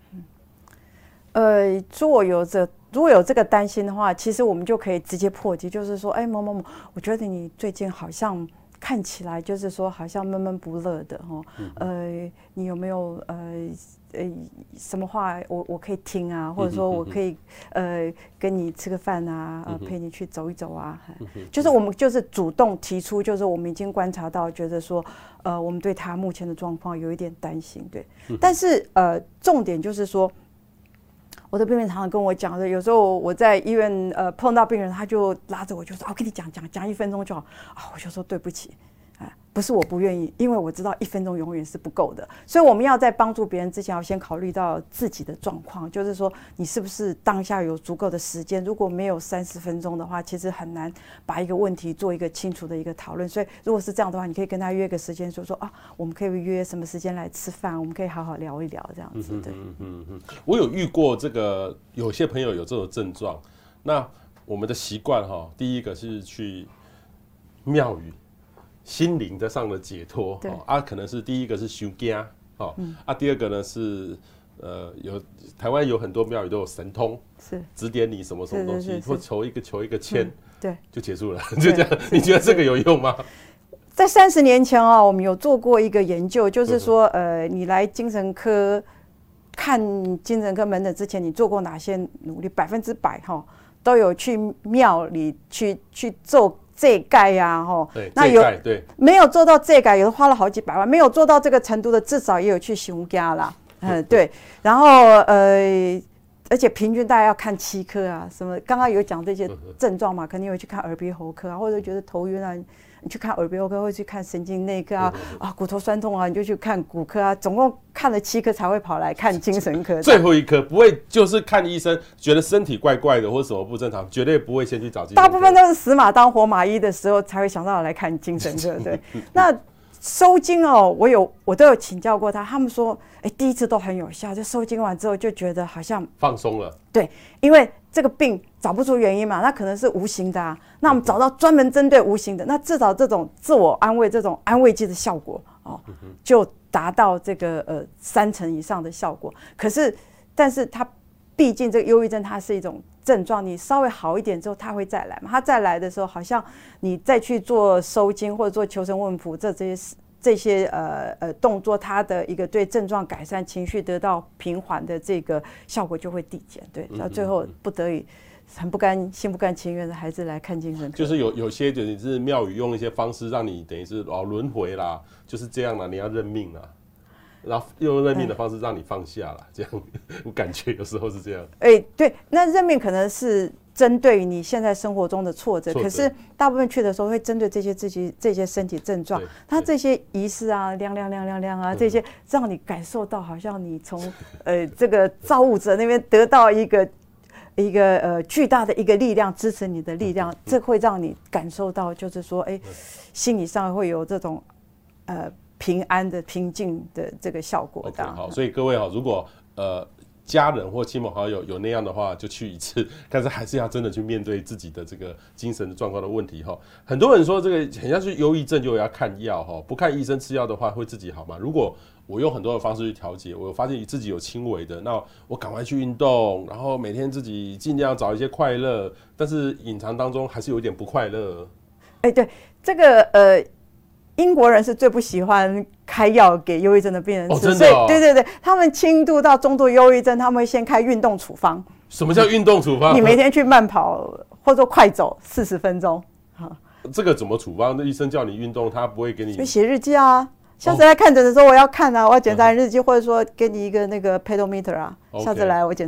如果有这个担心的话，其实我们就可以直接破题，就是说，某某某，我觉得你最近好像看起来就是说好像闷闷不乐的哈，你有没有什么话我可以听啊，或者说我可以跟你吃个饭啊，陪你去走一走啊，就是我们就是主动提出，就是我们已经观察到，觉得说我们对他目前的状况有一点担心，对，但是重点就是说。我的病人常常跟我讲的，有时候我在医院碰到病人，他就拉着我就说：“我跟你讲1分钟就好。”我就说对不起，不是我不愿意，因为我知道1分钟永远是不够的，所以我们要在帮助别人之前，要先考虑到自己的状况，就是说你是不是当下有足够的时间。如果没有30分钟的话，其实很难把一个问题做一个清楚的一个讨论。所以如果是这样的话，你可以跟他约个时间，说我们可以约什么时间来吃饭，我们可以好好聊一聊这样子。对， 我有遇过这个，有些朋友有这种症状，那我们的习惯第一个是去庙宇。心灵的上的解脱，可能是第一个是修经，第二个呢是台湾有很多庙宇都有神通，是指点你什么什么东西，或求一个签，对，就结束了，就这样。你觉得这个有用吗？ 在30年前我们有做过一个研究，就是说你来精神科看精神科门诊之前，你做过哪些努力？100%都有去庙里去做。这盖呀， 那有没有做到这盖，有的花了好几百万，没有做到这个程度的，至少也有去熊家啦，对，然后而且平均大概要看7科啊，什么刚刚有讲这些症状嘛，肯定有去看耳鼻喉科啊，或者觉得头晕啊，你去看耳鼻喉科，或者去看神经内科骨头酸痛啊，你就去看骨科啊，总共看了7科才会跑来看精神科。 最后一科不会就是看医生，觉得身体怪怪的或者什么不正常，绝对不会先去找精神科。 大部分都是死马当活马医的时候才会想到来看精神科。对，那收精我都有请教过他们说，第一次都很有效，就收精完之后就觉得好像放松了。 对，因为这个病找不出原因嘛，那可能是无形的那我们找到专门针对无形的，那至少这种自我安慰、这种安慰剂的效果就达到这个30%以上的效果。但是它毕竟这个忧郁症它是一种症状，你稍微好一点之后，它会再来嘛。它再来的时候，好像你再去做收精或者做求神问卜这些动作，它的一个对症状改善、情绪得到平缓的这个效果就会递减。对，到最后不得已。心不甘情愿的还是来看精神科， 就是有些就是庙宇用一些方式让你等于是轮回啦，就是这样啦，你要认命啦，然后用认命的方式让你放下啦，这样我感觉有时候是这样。 对，那认命可能是针对你现在生活中的挫折，可是大部分去的时候会针对这些身体症状，它这些仪式啊，亮啊，这些让你感受到好像你从这个造物者那边得到一个巨大的一个力量支持你的力量，这会让你感受到，就是说，心理上会有这种平安的平静的这个效果的。 好，所以各位如果家人或亲朋好友有那样的话，就去一次，但是还是要真的去面对自己的这个精神的状况的问题很多人说这个很像是忧郁症就要看药不看医生吃药的话会自己好吗？如果我用很多的方式去调节，我发现自己有轻微的，那我赶快去运动，然后每天自己尽量找一些快乐，但是隐藏当中还是有一点不快乐。 对，这个英国人是最不喜欢开药给忧郁症的病人吃， 真的对，他们轻度到中度忧郁症，他们会先开运动处方。 什么叫运动处方？ 你每天去慢跑或者快走40分钟。 这个怎么处方？那医生叫你运动，他不会给你？ 就写日记啊。下次来看诊的时候，我要看啊，我要检查日记，或者说给你一个那个 pedometer 啊，下次来我检查。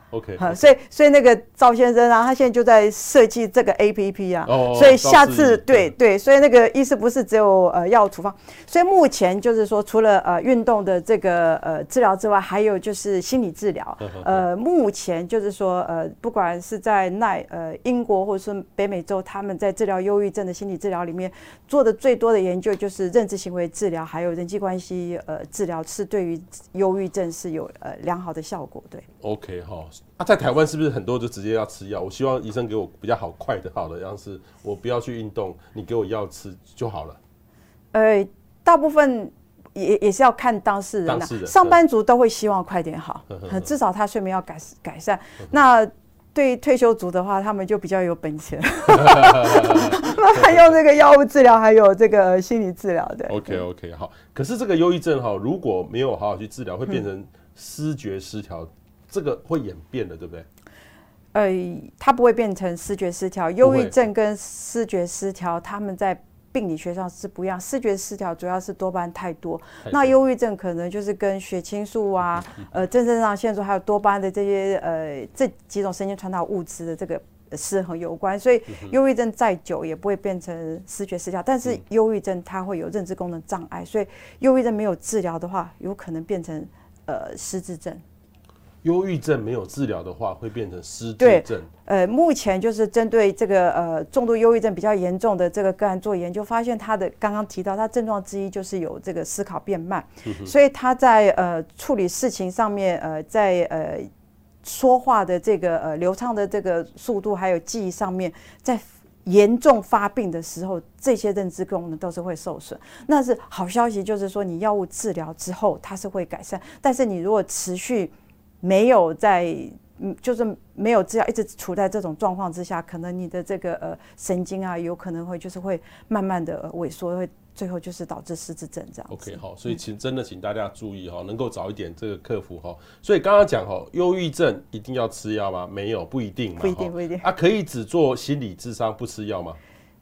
OK， 所以那个赵先生啊，他现在就在设计这个 APP 啊，所以下次对，所以那个医师不是只有药物处方，所以目前就是说，除了运动的这个治疗之外，还有就是心理治疗。目前就是说不管是在英国或者是北美洲，他们在治疗忧郁症的心理治疗里面做的最多的研究就是认知行为治疗，还有人际关系治疗，是对于忧郁症是有良好的效果。对 ，OK 哈。在台湾是不是很多就直接要吃药？我希望医生给我比较快的好的样式，我不要去运动，你给我药吃就好了。 大部分也是要看当事人上班族都会希望快点好，至少他睡眠要改善。那对退休族的话，他们就比较有本钱，慢慢用这个药物治疗，还有这个心理治疗的。 OK 好。可是这个忧郁症哈，如果没有好好去治疗，会变成思觉失调。这个会演变的，对不对？ 它不会变成思觉失调。忧郁症跟思觉失调，他们在病理学上是不一样。思觉失调主要是多巴胺太多，那忧郁症可能就是跟血清素啊、正肾上腺素还有多巴胺的这些这几种神经传导物质的这个失衡有关。所以忧郁症再久也不会变成思觉失调，但是忧郁症它会有认知功能障碍，所以忧郁症没有治疗的话，有可能变成失智症。 忧郁症没有治疗的话，会变成失智症。 目前就是针对这个重度忧郁症比较严重的这个个案做研究，发现他的刚刚提到，他症状之一就是有这个思考变慢，所以他在处理事情上面，在说话的这个流畅的这个速度，还有记忆上面，在严重发病的时候，这些认知功能都是会受损。那是好消息，就是说你药物治疗之后，它是会改善，但是你如果持续没有就是没有治疗，一直处在这种状况之下，可能你的这个神经啊，有可能会慢慢的萎缩，会最后就是导致失智症这样子。 OK 好，所以真的请大家注意哈，能够早一点这个克服哈。所以刚刚讲哈，忧郁症一定要吃药吗？没有，不一定嘛。 不一定啊，可以只做心理咨商不吃药吗？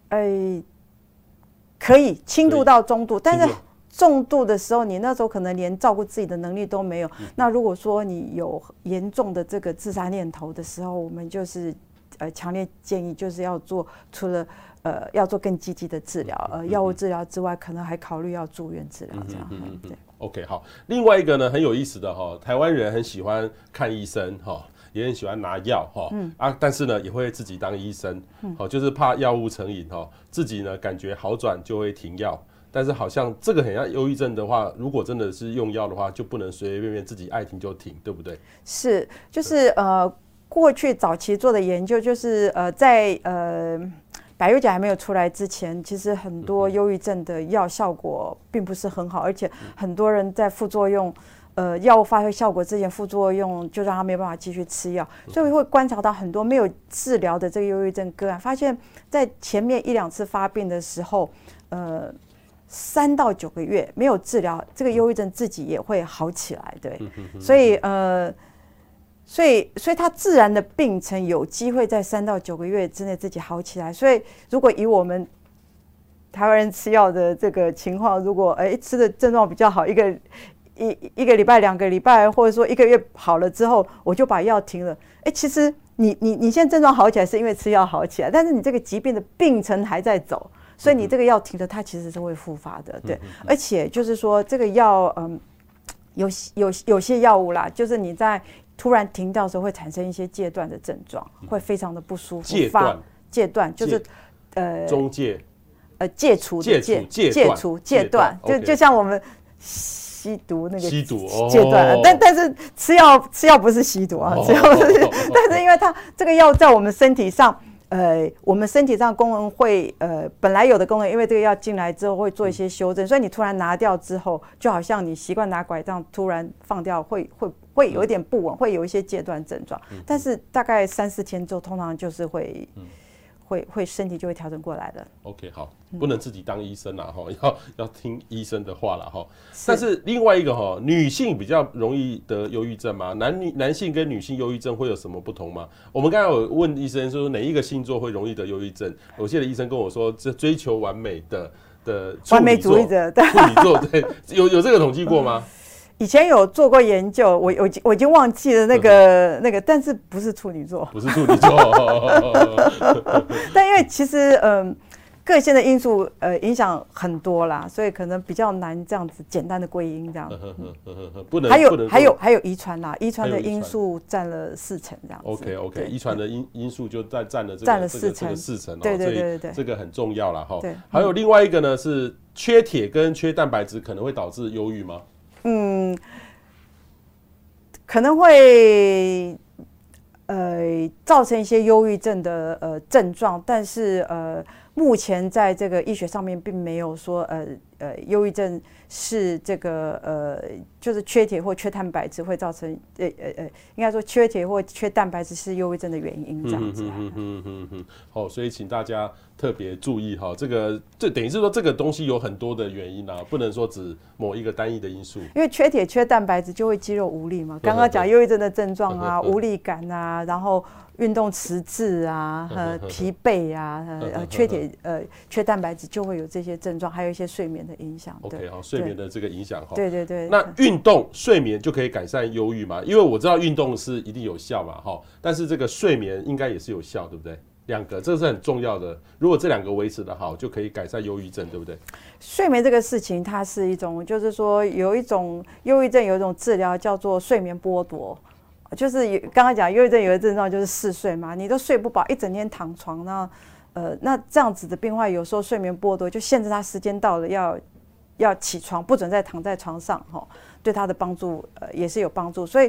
可以轻度到中度，但是重度的时候，你那时候可能连照顾自己的能力都没有。那如果说你有严重的这个自杀念头的时候，我们就是强烈建议就是要做，除了要做更积极的治疗，药物治疗之外，可能还考虑要住院治疗这样。对。 OK 好，另外一个呢很有意思的哈，台湾人很喜欢看医生哈，也很喜欢拿药哈，但是呢也会自己当医生，就是怕药物成瘾哈，自己呢感觉好转就会停药。但是好像这个很像忧郁症的话，如果真的是用药的话，就不能随随便便自己爱停就停，对不对？ 是，就是过去早期做的研究，就是在百忧解还没有出来之前，其实很多忧郁症的药效果并不是很好，而且很多人在副作用。药物发挥效果之前，副作用就让他没有办法继续吃药，所以会观察到很多没有治疗的这个忧郁症个案，发现在前面1-2次发病的时候，3到9个月没有治疗，这个忧郁症自己也会好起来，对，所以它自然的病程有机会在3到9个月之内自己好起来。所以如果以我们台湾人吃药的这个情况，如果吃的症状比较好，一个礼拜、2个礼拜，或者说1个月好了之后，我就把药停了。其实你现在症状好起来是因为吃药好起来，但是你这个疾病的病程还在走。所以你这个药停了，它其实是会复发的，对。而且就是说，这个药，有些药物啦，就是你在突然停掉的时候，会产生一些戒断的症状，会非常的不舒服。戒断就是中戒， 戒除的戒断，就像我们吸毒那个戒断，但是吃药不是吸毒啊，吃药不是，但是因为它这个药在我们身体上。我们身体上功能会本来有的功能，因为这个药进来之后会做一些修正，所以你突然拿掉之后，就好像你习惯拿拐杖突然放掉，会有一点不稳，会有一些戒断症状。但是大概3-4天之后，通常就是会身体就会调整过来的。 OK 好，不能自己当医生啦要听医生的话啦但是另外一个女性比较容易得忧郁症吗？男性跟女性忧郁症会有什么不同吗？我们刚才有问医生说哪一个星座会容易得忧郁症，有些的医生跟我说这追求完美的完美主义者， 处女座对，有这个统计过吗？ 以前有做过研究，我已经忘记了那个，但是不是处女座， 不是处女座。 但因为其实个性的因素影响很多啦，所以可能比较难这样子简单的归因这样。 不能还有遗传啦，遗传的因素占了4成这样子。 OK， 遗传的因素就占了 4成 ，4成， 对， 所以这个很重要啦哈。 对， 还有另外一个呢是缺铁跟缺蛋白质可能会导致忧郁吗？ 可能会造成一些忧郁症的症状，但是目前在这个医学上面并没有说忧郁症是这个就是缺铁或缺蛋白质会造成应该说缺铁或缺蛋白质是忧郁症的原因这样子。 所以请大家特别注意哈，这等于是说这个东西有很多的原因啊，不能说只某一个单一的因素。 因为缺铁缺蛋白质就会肌肉无力嘛，刚刚讲忧郁症的症状啊，无力感啊，然后运动迟滞啊，疲惫啊，缺铁缺蛋白质就会有这些症状，还有一些睡眠的影响。 OK， 睡眠的这个影响哈。 对。 那运动睡眠就可以改善忧郁吗？因为我知道运动是一定有效嘛哈，但是这个睡眠应该也是有效，对不对？两个这是很重要的，如果这两个维持的好，就可以改善忧郁症，对不对？ 睡眠这个事情，它是一种，就是说有一种忧郁症有一种治疗叫做睡眠剥夺。就是刚刚讲忧郁症有一个症状就是嗜睡嘛，你都睡不饱，一整天躺床，那这样子的病患有时候睡眠剥夺就限制他时间到了要起床，不准再躺在床上对他的帮助也是有帮助，所以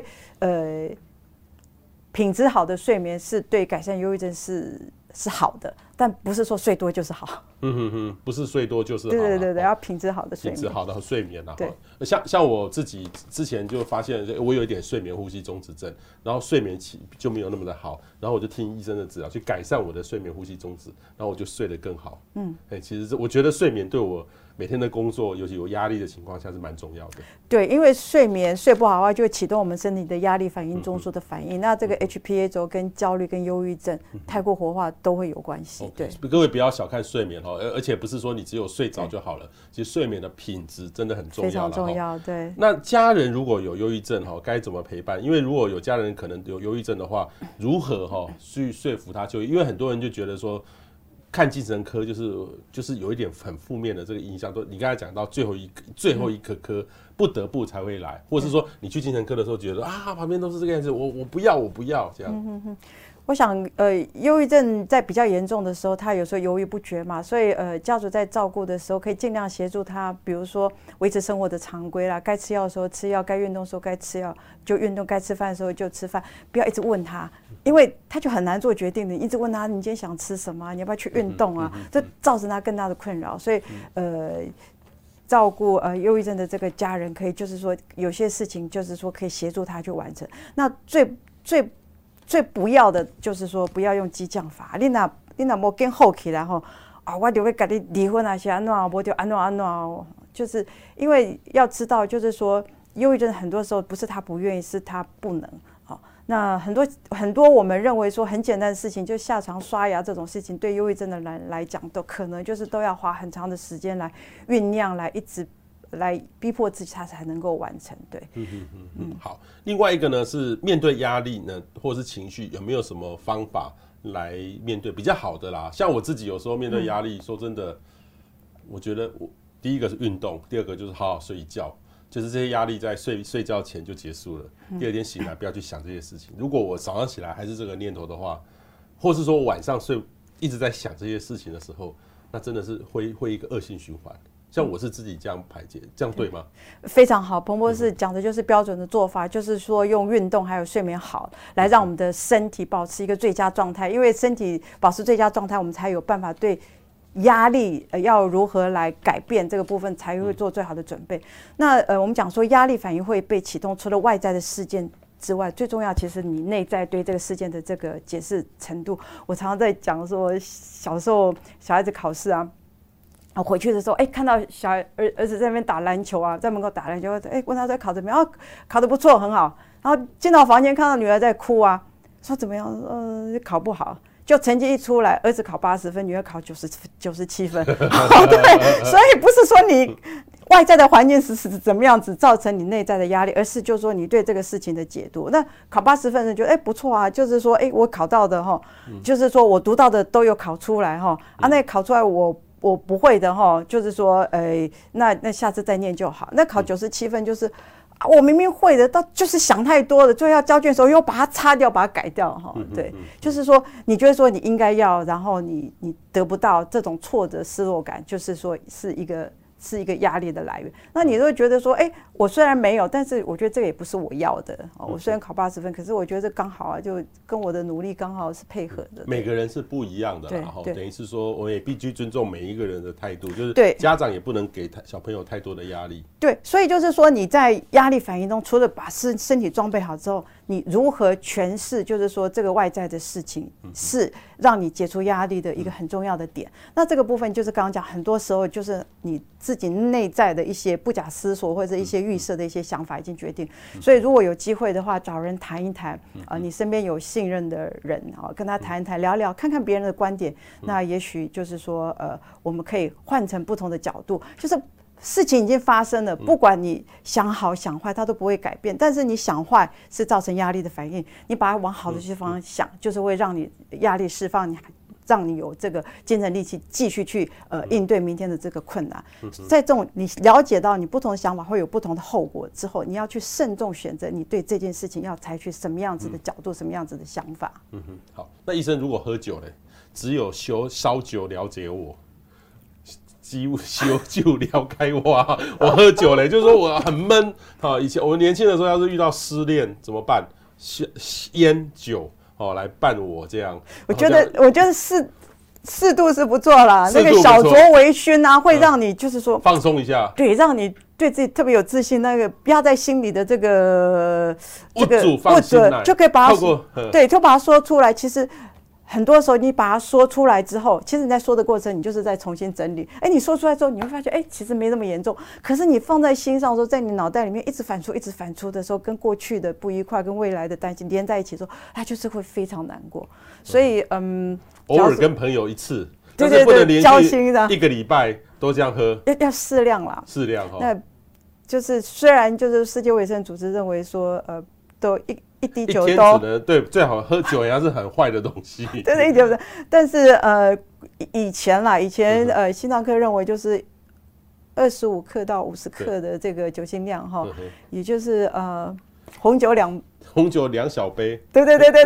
品质好的睡眠是对改善忧郁症是好的，但不是说睡多就是好。 不是睡多就是好。 对，要品质好的睡眠。 品质好的睡眠啊。 对， 像我自己之前就发现我有一点睡眠呼吸中止症，然后睡眠就没有那么的好，然后我就听医生的治疗去改善我的睡眠呼吸中止，然后我就睡得更好。其实我觉得睡眠对我每天的工作，尤其有压力的情况下是蛮重要的。 对，因为睡眠睡不好的话，就会启动我们身体的压力反应中枢的反应。那这个 HPA 轴跟焦虑跟忧郁症太过活化都会有关系。对， 各位不要小看睡眠而且不是说你只有睡着就好了，其实睡眠的品质真的很重要， 非常重要。对。 那家人如果有忧郁症该怎么陪伴？因为如果有家人可能有忧郁症的话，如何去说服他就医？因为很多人就觉得说，看精神科就是有一点很负面的这个影响，都你刚才讲到最后一个科不得不才会来，或是说你去精神科的时候觉得旁边都是这个样子，我不要这样。 我想忧郁症在比较严重的时候，他有时候犹豫不决嘛，所以家属在照顾的时候可以尽量协助他，比如说维持生活的常规啦，该吃药的时候吃药，该运动的时候该吃药就运动，该吃饭的时候就吃饭，不要一直问他，因为他就很难做决定的，一直问他你今天想吃什么，你要不要去运动啊，这造成他更大的困扰，所以照顾忧郁症的这个家人，可以就是说有些事情就是说可以协助他去完成。那最不要的就是说不要用激将法，你若无跟好起来我就会跟你离婚啊，是安怎无就安怎就是因为要知道，就是说忧郁症很多时候不是他不愿意，是他不能。那很多我们认为说很简单的事情，就下床刷牙这种事情，对忧郁症的人来讲，都可能就是都要花很长的时间来酝酿，来一直来逼迫自己，他才能够完成。对， 好。另外一个呢是面对压力呢，或是情绪，有没有什么方法来面对比较好的啦？像我自己有时候面对压力，说真的，我觉得第一个是运动，第二个就是好好睡一觉。就是这些压力在睡觉前就结束了，第二天醒来不要去想这些事情。如果我早上起来还是这个念头的话，或是说我晚上睡一直在想这些事情的时候，那真的是会一个恶性循环。像我是自己这样排解，这样对吗？ 非常好，彭博士讲的就是标准的做法，就是说用运动还有睡眠好，来让我们的身体保持一个最佳状态。因为身体保持最佳状态，我们才有办法对压力要如何来改变这个部分，才会做最好的准备。那我们讲说压力反应会被启动，除了外在的事件之外，最重要其实你内在对这个事件的这个解释程度。我常常在讲说，小时候小孩子考试啊，回去的时候，看到小儿子在那边打篮球啊，在门口打篮球，问他在考怎么样？考得不错，很好。然后进到房间看到女儿在哭啊，说怎么样？考不好。就成绩一出来，儿子考80分，女儿考97分。对，所以不是说外在的环境是怎么样子造成你内在的压力，而是就是说你对这个事情的解读。那考80分的觉得不错啊，就是说我考到的就是说我读到的都有考出来那考出来我不会的就是说那下次再念就好。那考97分就是我明明会的，就是想太多了，最后要交卷的时候又把它擦掉，把它改掉对，就是说你觉得说你应该要，然后你得不到，这种挫折失落感，就是说是一个压力的来源。那你会觉得说我虽然没有，但是我觉得这个也不是我要的我虽然考80分，可是我觉得这刚好啊，就跟我的努力刚好是配合的。 每个人是不一样的啦，等于是说我们也必须尊重每一个人的态度，就是家长也不能给小朋友太多的压力。 对，所以就是说你在压力反应中，除了把身体装备好之后，你如何诠释就是说这个外在的事情是让你解除压力的一个很重要的点。那这个部分就是刚刚讲，很多时候就是你自己内在的一些不假思索或者一些预设的一些想法已经决定。所以如果有机会的话，找人谈一谈你身边有信任的人跟他谈一谈，聊聊，看看别人的观点，那也许就是说我们可以换成不同的角度，就是事情已经发生了，不管你想好想坏，它都不会改变。但是你想坏是造成压力的反应，你把它往好的地方想，就是会让你压力释放，让你有这个精神力气继续去应对明天的这个困难。在这种你了解到你不同的想法会有不同的后果之后，你要去慎重选择你对这件事情要采取什么样子的角度，什么样子的想法。 好，那医生如果喝酒呢？只有烧酒了解我。烧酒了解我，我喝酒嘞，就是说我很闷以前我年轻的时候，要是遇到失恋怎么办？烟酒来伴我这样。 我觉得适度是不错啦，那个小酌微醺啊，会让你就是说放松一下， 对，让你对自己特别有自信，那个压在心里的这个放心来就可以把它就把它说出来。其实很多时候你把它说出来之后，其实你在说的过程，你就是在重新整理。你说出来之后，你会发现，其实没那么严重。可是你放在心上的时候，在你脑袋里面一直反刍的时候，跟过去的不愉快、跟未来的担心连在一起的时候，它就是会非常难过。所以， 偶尔跟朋友一次， 对但是不能连续1个礼拜都这样喝， 要适量啦。 适量那就是虽然就是世界卫生组织认为说，都一滴酒都对，最好喝酒也是很坏的东西。 对对，但是以前心脏科认为就是25克到50克的这个酒精量也就是红酒2 小杯。 对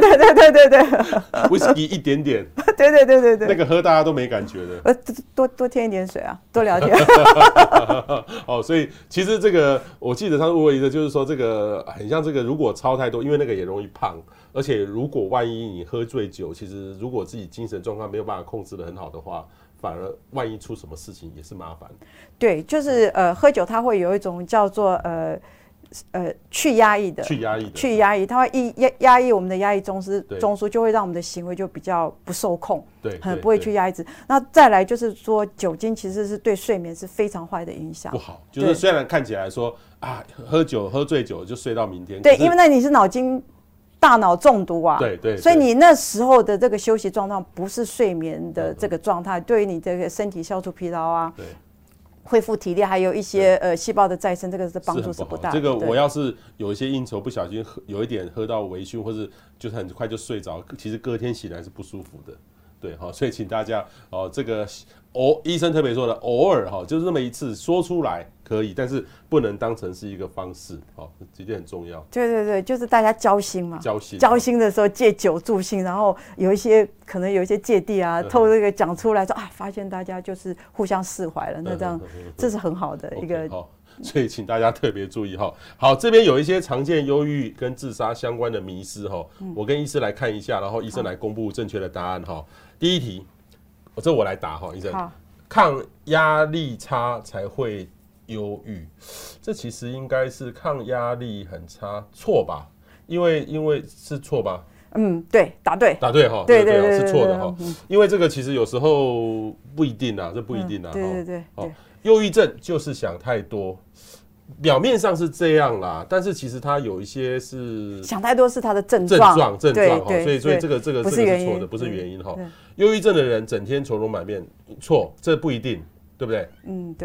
，whisky 一点点。 对， 那个喝大家都没感觉的。 多添一点水啊，多聊天。 所以其实这个我记得上次问一个，就是说这个很像这个，如果超太多，因为那个也容易胖，而且如果万一你喝醉酒，其实如果自己精神状况没有办法控制得很好的话，反而万一出什么事情也是麻烦。 对，就是喝酒它会有一种叫做去压抑，它会压抑我们的压抑中枢，就会让我们的行为就比较不受控， 对， 不会去压抑。那再来就是说，酒精其实是对睡眠是非常坏的影响， 不好。就是虽然看起来说喝醉酒就睡到明天， 对，因为那你是大脑中毒啊， 对， 所以你那时候的这个休息状态不是睡眠的这个状态，对于你这个身体消除疲劳啊， 对。 恢复体力，还有一些细胞的再生，这个是帮助是不大的。 这个我要是有一些应酬不小心有一点喝到微醺，或是就是很快就睡着，其实隔天醒来是不舒服的。对，所以请大家这个医生特别说的，偶尔就是那么一次说出来可以，但是不能当成是一个方式，这点很重要。 对，就是大家交心嘛， 交心的时候借酒助兴，然后可能有一些芥蒂啊，透这个讲出来说发现大家就是互相释怀了，那这样这是很好的一个。 所以请大家特别注意好，这边有一些常见忧郁跟自杀相关的迷思我跟医师来看一下，然后医生来公布正确的答案第一题，这我来答医生。抗压力差才会忧郁，这其实应该是抗压力很差，错吧？因为是错吧？ 对，答对对，是错的因为这个其实有时候不一定啊，这不一定啊。 对。 忧郁症就是想太多，表面上是这样啦，但是其实它有一些是想太多是它的症状， 所以这个是错的，不是原因忧郁症的人整天愁容满面，错，这不一定，对不对？ 对。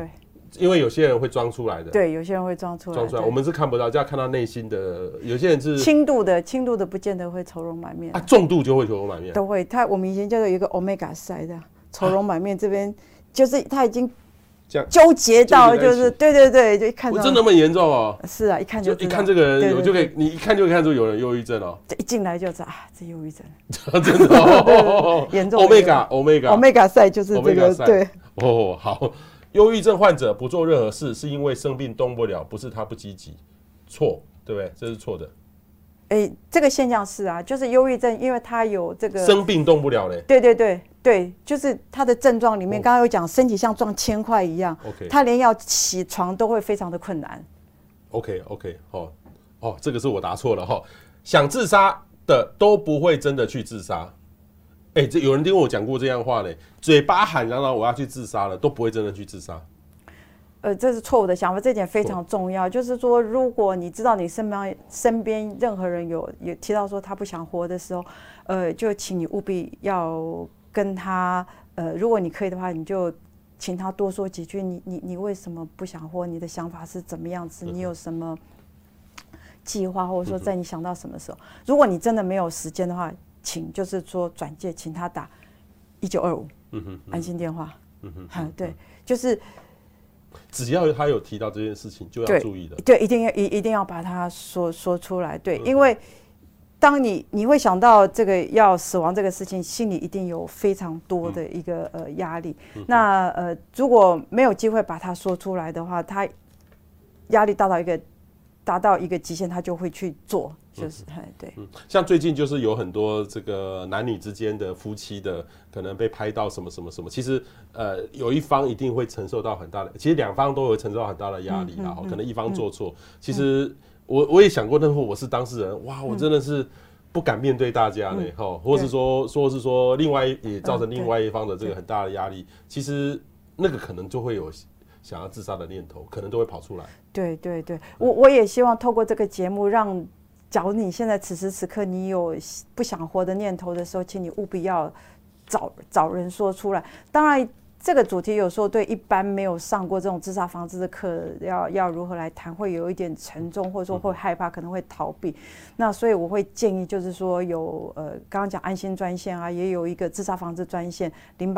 因为有些人会装出来的， 对，有些人会装出来， 我们是看不到，就要看到内心的。有些人是轻度的不见得会愁容满面啊，重度就会愁容满面， 都会。我们以前叫做有一个 omega 赛的愁容满面，这边就是他已经纠结到就是对，就一看到真的那么严重哦。 是啊，一看就一看这个人，我就可以，你一看就可以看出有人忧郁症哦。 一进来就知道这忧郁症， 真的哦， 严重。omega 赛就是这个，对。 哦，好。忧郁症患者不做任何事，是因为生病动不了，不是他不积极，错，对不对？这是错的。 这个现象是啊，就是忧郁症，因为他有这个生病动不了嘞。 对，就是他的症状里面，刚刚有讲，身体像撞铅块一样，他连要起床都会非常的困难。 OK， 这个是我答错了哈。想自杀的都不会真的去自杀。这有人听我讲过这样话呢，嘴巴喊嚷嚷我要去自杀了，都不会真的去自杀。 这是错误的想法，这点非常重要。就是说，如果你知道你身边任何人有提到说他不想活的时候，就请你务必要跟他，如果你可以的话，你就请他多说几句。你为什么不想活？你的想法是怎么样子？你有什么计划，或者说在你想到什么时候？如果你真的没有时间的话，请就是说转介，请他打1925安心电话。对，就是只要他有提到这件事情，就要注意的。 对，一定要把它说出来。对，因为当你会想到这个要死亡这个事情，心里一定有非常多的一个压力。那如果没有机会把它说出来的话，他压力达到一个极限，他就会去做。就是对， 像最近就是有很多这个男女之间的夫妻的可能被拍到什么，其实有一方一定会承受到很大的，其实两方都会承受到很大的压力啦，可能一方做错，其实我也想过，那时候我是当事人，哇，我真的是不敢面对大家呢，或是说另外也造成另外一方的这个很大的压力，其实那个可能就会有想要自杀的念头，可能都会跑出来。 对，我也希望透过这个节目让。假如你现在此时此刻你有不想活的念头的时候，请你务必要找人说出来。当然，这个主题有时候对一般没有上过这种自杀防治的课，要如何来谈，会有一点沉重，或者说会害怕，可能会逃避。那所以我会建议，就是说有刚刚讲安心专线啊，也有一个自杀防治专线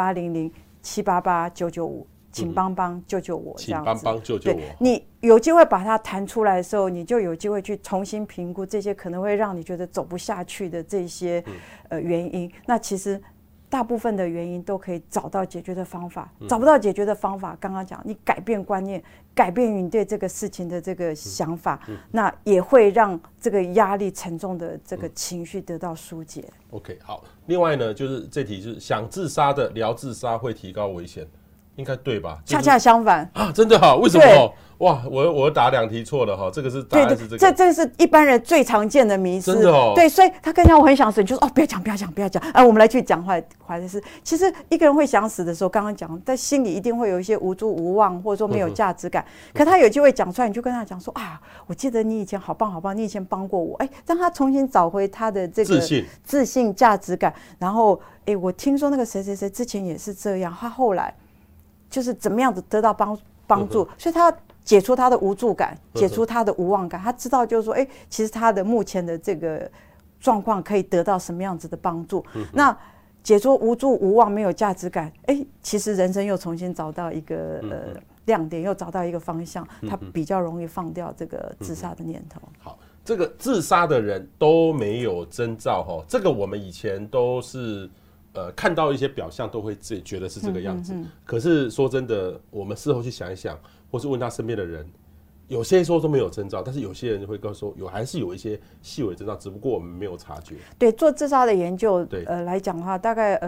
0800-788-995。请帮帮救救我，这样子。请帮帮救救我。 你有机会把它谈出来的时候，你就有机会去重新评估这些可能会让你觉得走不下去的这些原因。那其实大部分的原因都可以找到解决的方法。找不到解决的方法，刚刚讲，你改变观念，改变你对这个事情的这个想法，那也会让这个压力沉重的这个情绪得到疏解。 OK， 好。另外呢，就是这题就是想自杀的聊自杀会提高危险。应该对吧？ 恰恰相反啊！真的哈？为什么？哇！我答2题错了哈，这个是答案是这个。 这是一般人最常见的迷思。 真的哦。 对，所以他跟你讲我很想死，你就说不要讲。我们来去讲坏的事。其实一个人会想死的时候，刚刚讲，在心里一定会有一些无助无望，或者说没有价值感。可他有机会讲出来，你就跟他讲说我记得你以前好棒，你以前帮过我。让他重新找回他的这个自信价值感。然后我听说那个谁之前也是这样，他后来。就是怎么样子得到帮助，所以他解除他的无助感，解除他的无望感，他知道就是说，其实他的目前的这个状况可以得到什么样子的帮助。那解除无助无望没有价值感，其实人生又重新找到一个亮点，又找到一个方向，他比较容易放掉这个自杀的念头。 好，这个自杀的人都没有征兆哈，这个我们以前都是。看到一些表象都会自己觉得是这个样子，可是说真的，我们事后去想一想，或是问他身边的人，有些说都没有征兆，但是有些人会告诉说还是有一些细微征兆，只不过我们没有察觉。 对，做自杀的研究来讲的话，大概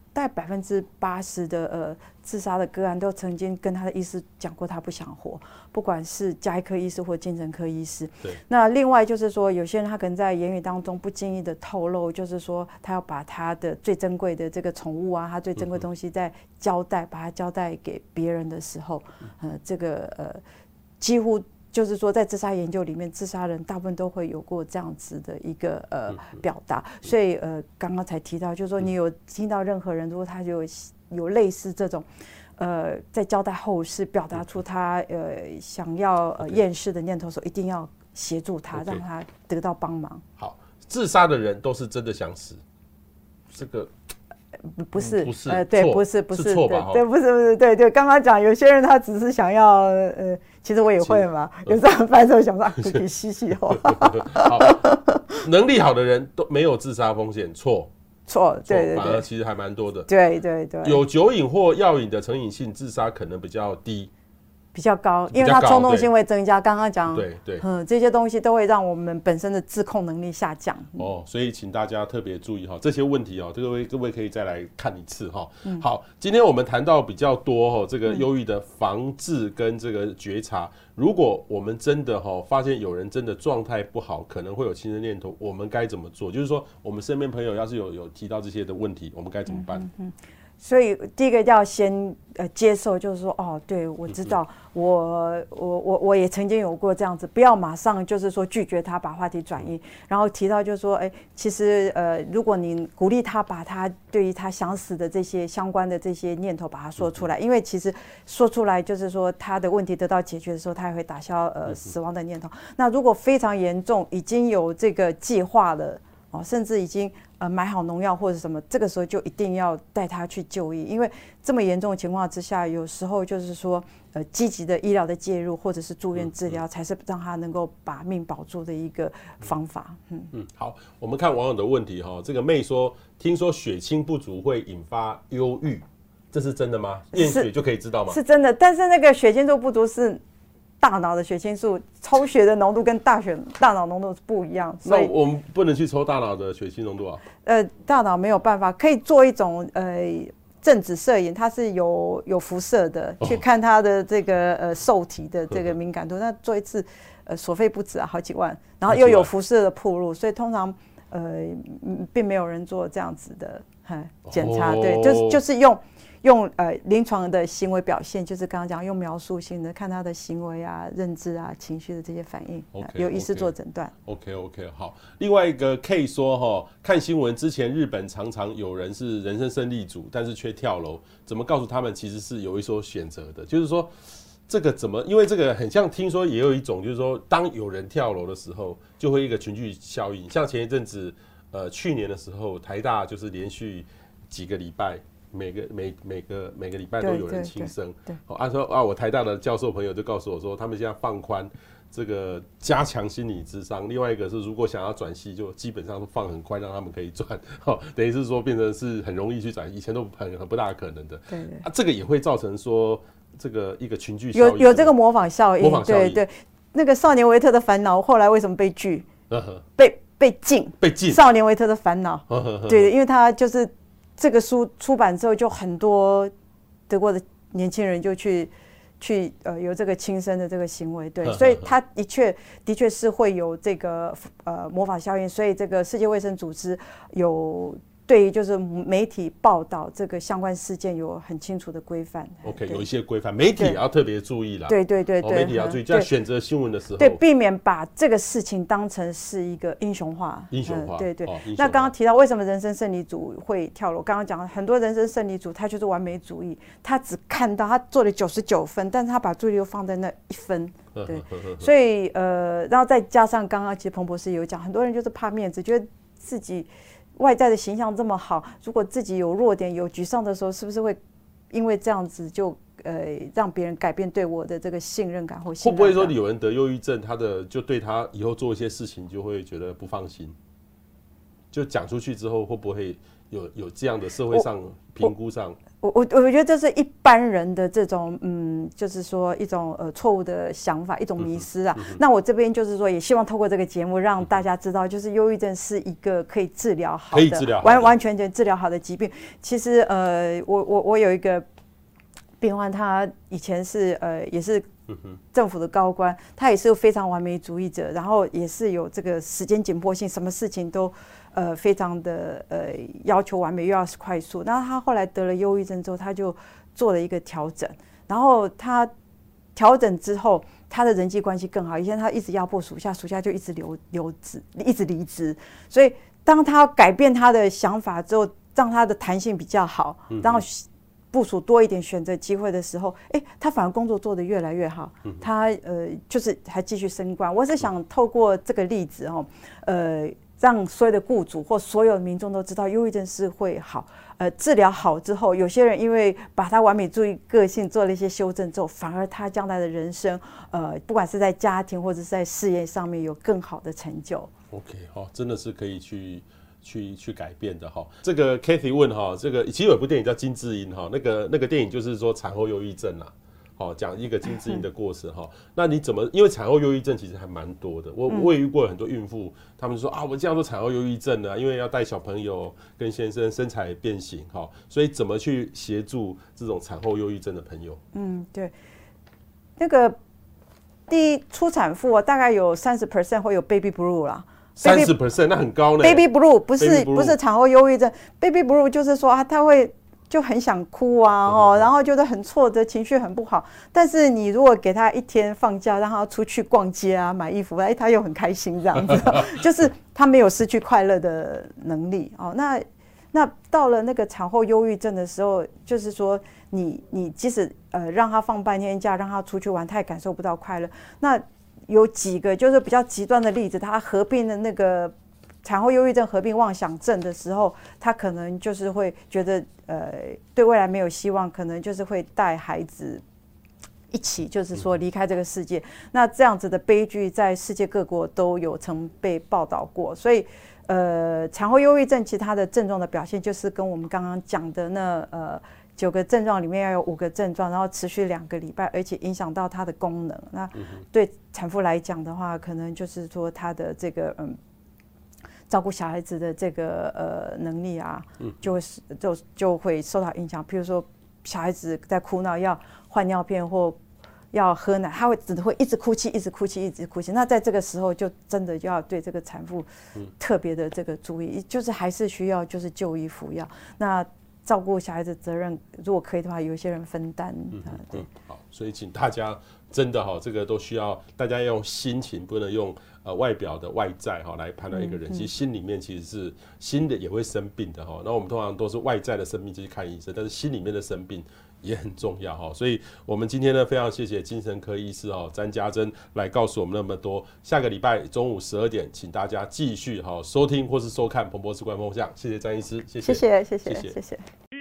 80%的自杀的个案都曾经跟他的医师讲过他不想活，不管是家医科医师或精神科医师。 对。 那另外就是说，有些人他可能在言语当中不经意的透露，就是说他要把他的最珍贵的这个宠物啊，他最珍贵的东西在把它交代给别人的时候，几乎。就是说，在自杀研究里面，自杀人大部分都会有过这样子的一个表达，所以刚刚才提到，就是说你有听到任何人，如果他有类似这种在交代后事，表达出他想要厌世的念头的时候，一定要协助他，让他得到帮忙。 好，自杀的人都是真的想死，这个。 不是， 对， 不是错吧？ 对，不是，对，刚刚讲有些人他只是想要，其实我也会嘛，有时候翻手想说可以洗洗哦。 好，能力好的人都没有自杀风险，错， 对， 反而其实还蛮多的。 对， 有酒瘾或药瘾的成瘾性自杀可能比较低。 比较高，因为它冲动性会增加。刚刚讲， 对， 这些东西都会让我们本身的自控能力下降。 所以请大家特别注意这些问题各位可以再来看一次好，今天我们谈到比较多这个忧郁的防治跟这个觉察。如果我们真的发现有人真的状态不好，可能会有轻生念头，我们该怎么做？就是说，我们身边朋友要是有提到这些的问题，我们该怎么办？ 所以第一个要先接受，就是说对，我知道，我也曾经有过这样子，不要马上就是说拒绝他，把话题转移，然后提到就是说，其实如果你鼓励他把他对于他想死的这些相关的这些念头把它说出来，因为其实说出来就是说他的问题得到解决的时候，他也会打消死亡的念头。那如果非常严重，已经有这个计划了甚至已经买好农药或者什么，这个时候就一定要带他去就医，因为这么严重的情况之下，有时候就是说积极的医疗的介入或者是住院治疗，才是让他能够把命保住的一个方法。 好，我们看网友的问题这个妹说，听说血清不足会引发忧郁，这是真的吗？验血就可以知道吗？ 是真的，但是那个血清素不足是大脑的血清素，抽血的浓度跟大脑浓度是不一样，所以那我们不能去抽大脑的血清浓度啊？ 大脑没有办法，可以做一种正子摄影，它是有辐射的，去看它的这个受体的这个敏感度。那做一次所费不止好几万，然后又有辐射的暴露，所以通常并没有人做这样子的检查。对，就是用临床的行为表现，就是刚刚讲用描述性的看他的行为啊、认知啊、情绪的这些反应，有医师做诊断。 OK， 好。另外一个 K 说看新闻之前，日本常常有人是人生胜利组，但是却跳楼，怎么告诉他们其实是有一所选择的？就是说这个怎么？因为这个很像，听说也有一种，就是说当有人跳楼的时候，就会一个群聚效应。像前一阵子，去年的时候，台大就是连续几个礼拜。每个礼拜都有人轻生。按说我台大的教授朋友就告诉我说，他们现在放宽这个加强心理咨商。另外一个是，如果想要转系，就基本上放很宽，让他们可以转。等于是说变成是很容易去转，以前都很不大可能的。对，这个也会造成说这个一个群聚效应，有这个模仿效应。对，那个少年维特的烦恼后来为什么被拒？被禁。少年维特的烦恼。对，因为他就是。这个书出版之后，就很多德国的年轻人就去有这个轻生的这个行为，对，所以他的确是会有这个模仿效应，所以这个世界卫生组织有对于就是媒体报道这个相关事件有很清楚的规范。 OK， 有一些规范，媒体也要特别注意啦。 对， 媒体要注意，在选择新闻的时候， 对，避免把这个事情当成是一个英雄化。对。那刚刚提到为什么人生胜利组会跳楼？刚刚讲很多人生胜利组，他就是完美主义，他只看到他做了99分，但是他把注意力又放在那1分。对，所以然后再加上刚刚其实彭博士有讲，很多人就是怕面子，觉得自己外在的形象这么好，如果自己有弱点、有沮丧的时候，是不是会因为这样子就让别人改变对我的这个信任感或信任感？ 会不会说有人得忧郁症，就对他以后做一些事情就会觉得不放心？就讲出去之后，会不会有这样的社会上评估上？ 我觉得这是一般人的这种就是说一种错误的想法，一种迷思啊。那我这边就是说，也希望透过这个节目让大家知道，就是忧郁症是一个可以治疗好的、完全治疗好的疾病。其实我有一个病患，他以前是也是政府的高官，他也是非常完美主义者，然后也是有这个时间紧迫性，什么事情都非常的要求完美，又要快速。然后他后来得了忧郁症之后，他就做了一个调整，然后他调整之后，他的人际关系更好。以前他一直压迫属下，属下就一直一直离职。所以当他改变他的想法之后，让他的弹性比较好，然后部署多一点选择机会的时候，他反而工作做得越来越好，他就是还继续升官。我是想透过这个例子让所有的雇主或所有的民众都知道，忧郁症是会好。治疗好之后，有些人因为把他完美主义个性做了一些修正之后，反而他将来的人生，不管是在家庭或者是在事业上面有更好的成就。 OK， 真的是可以去改变的哈。这个 Kathy 问哈，这个其实有一部电影叫《金智英》哈，那个电影就是说产后忧郁症啦。讲一个金智英的过程哈，那你怎么？因为产后忧郁症其实还蛮多的，我也遇过很多孕妇，他们说啊，我这样做产后忧郁症啊，因为要带小朋友跟先生身材变形哈，所以怎么去协助这种产后忧郁症的朋友？ 对，那个第一初产妇大概有30% 会有 baby blue 啦。 30%那很高呢。 baby blue 不是产后忧郁症 ，baby blue 就是说他会。就很想哭啊，然后觉得很挫折，情绪很不好。但是你如果给他一天放假，让他出去逛街啊、买衣服，他又很开心这样子，就是他没有失去快乐的能力那到了那个产后忧郁症的时候，就是说你即使让他放半天假，让他出去玩，他也感受不到快乐。那有几个就是比较极端的例子，他合并的那个。产后忧郁症合并妄想症的时候，他可能就是会觉得对未来没有希望，可能就是会带孩子一起，就是说离开这个世界。那这样子的悲剧在世界各国都有曾被报道过。所以产后忧郁症其实它的症状的表现就是跟我们刚刚讲的那9个症状里面要有5个症状，然后持续2个礼拜，而且影响到它的功能。那对产妇来讲的话，可能就是说它的这个照顾小孩子的这个能力啊，就会受到影响。譬如说，小孩子在哭闹要换尿片或要喝奶，他只会一直哭泣，一直哭泣，一直哭泣。那在这个时候，就真的就要对这个产妇特别的这个注意，就是还是需要就是就医服药。那照顾小孩子责任，如果可以的话，有一些人分担。对， 好，所以请大家真的这个都需要大家用心情，不能用外表的外在来判断一个人。其实心里面其实是心的也会生病的那我们通常都是外在的生病就去看医生，但是心里面的生病也很重要所以我们今天呢非常谢谢精神科医师詹家珍来告诉我们那么多。下个礼拜中午12点，请大家继续收听或是收看彭博士观风向。谢谢詹医师，谢谢。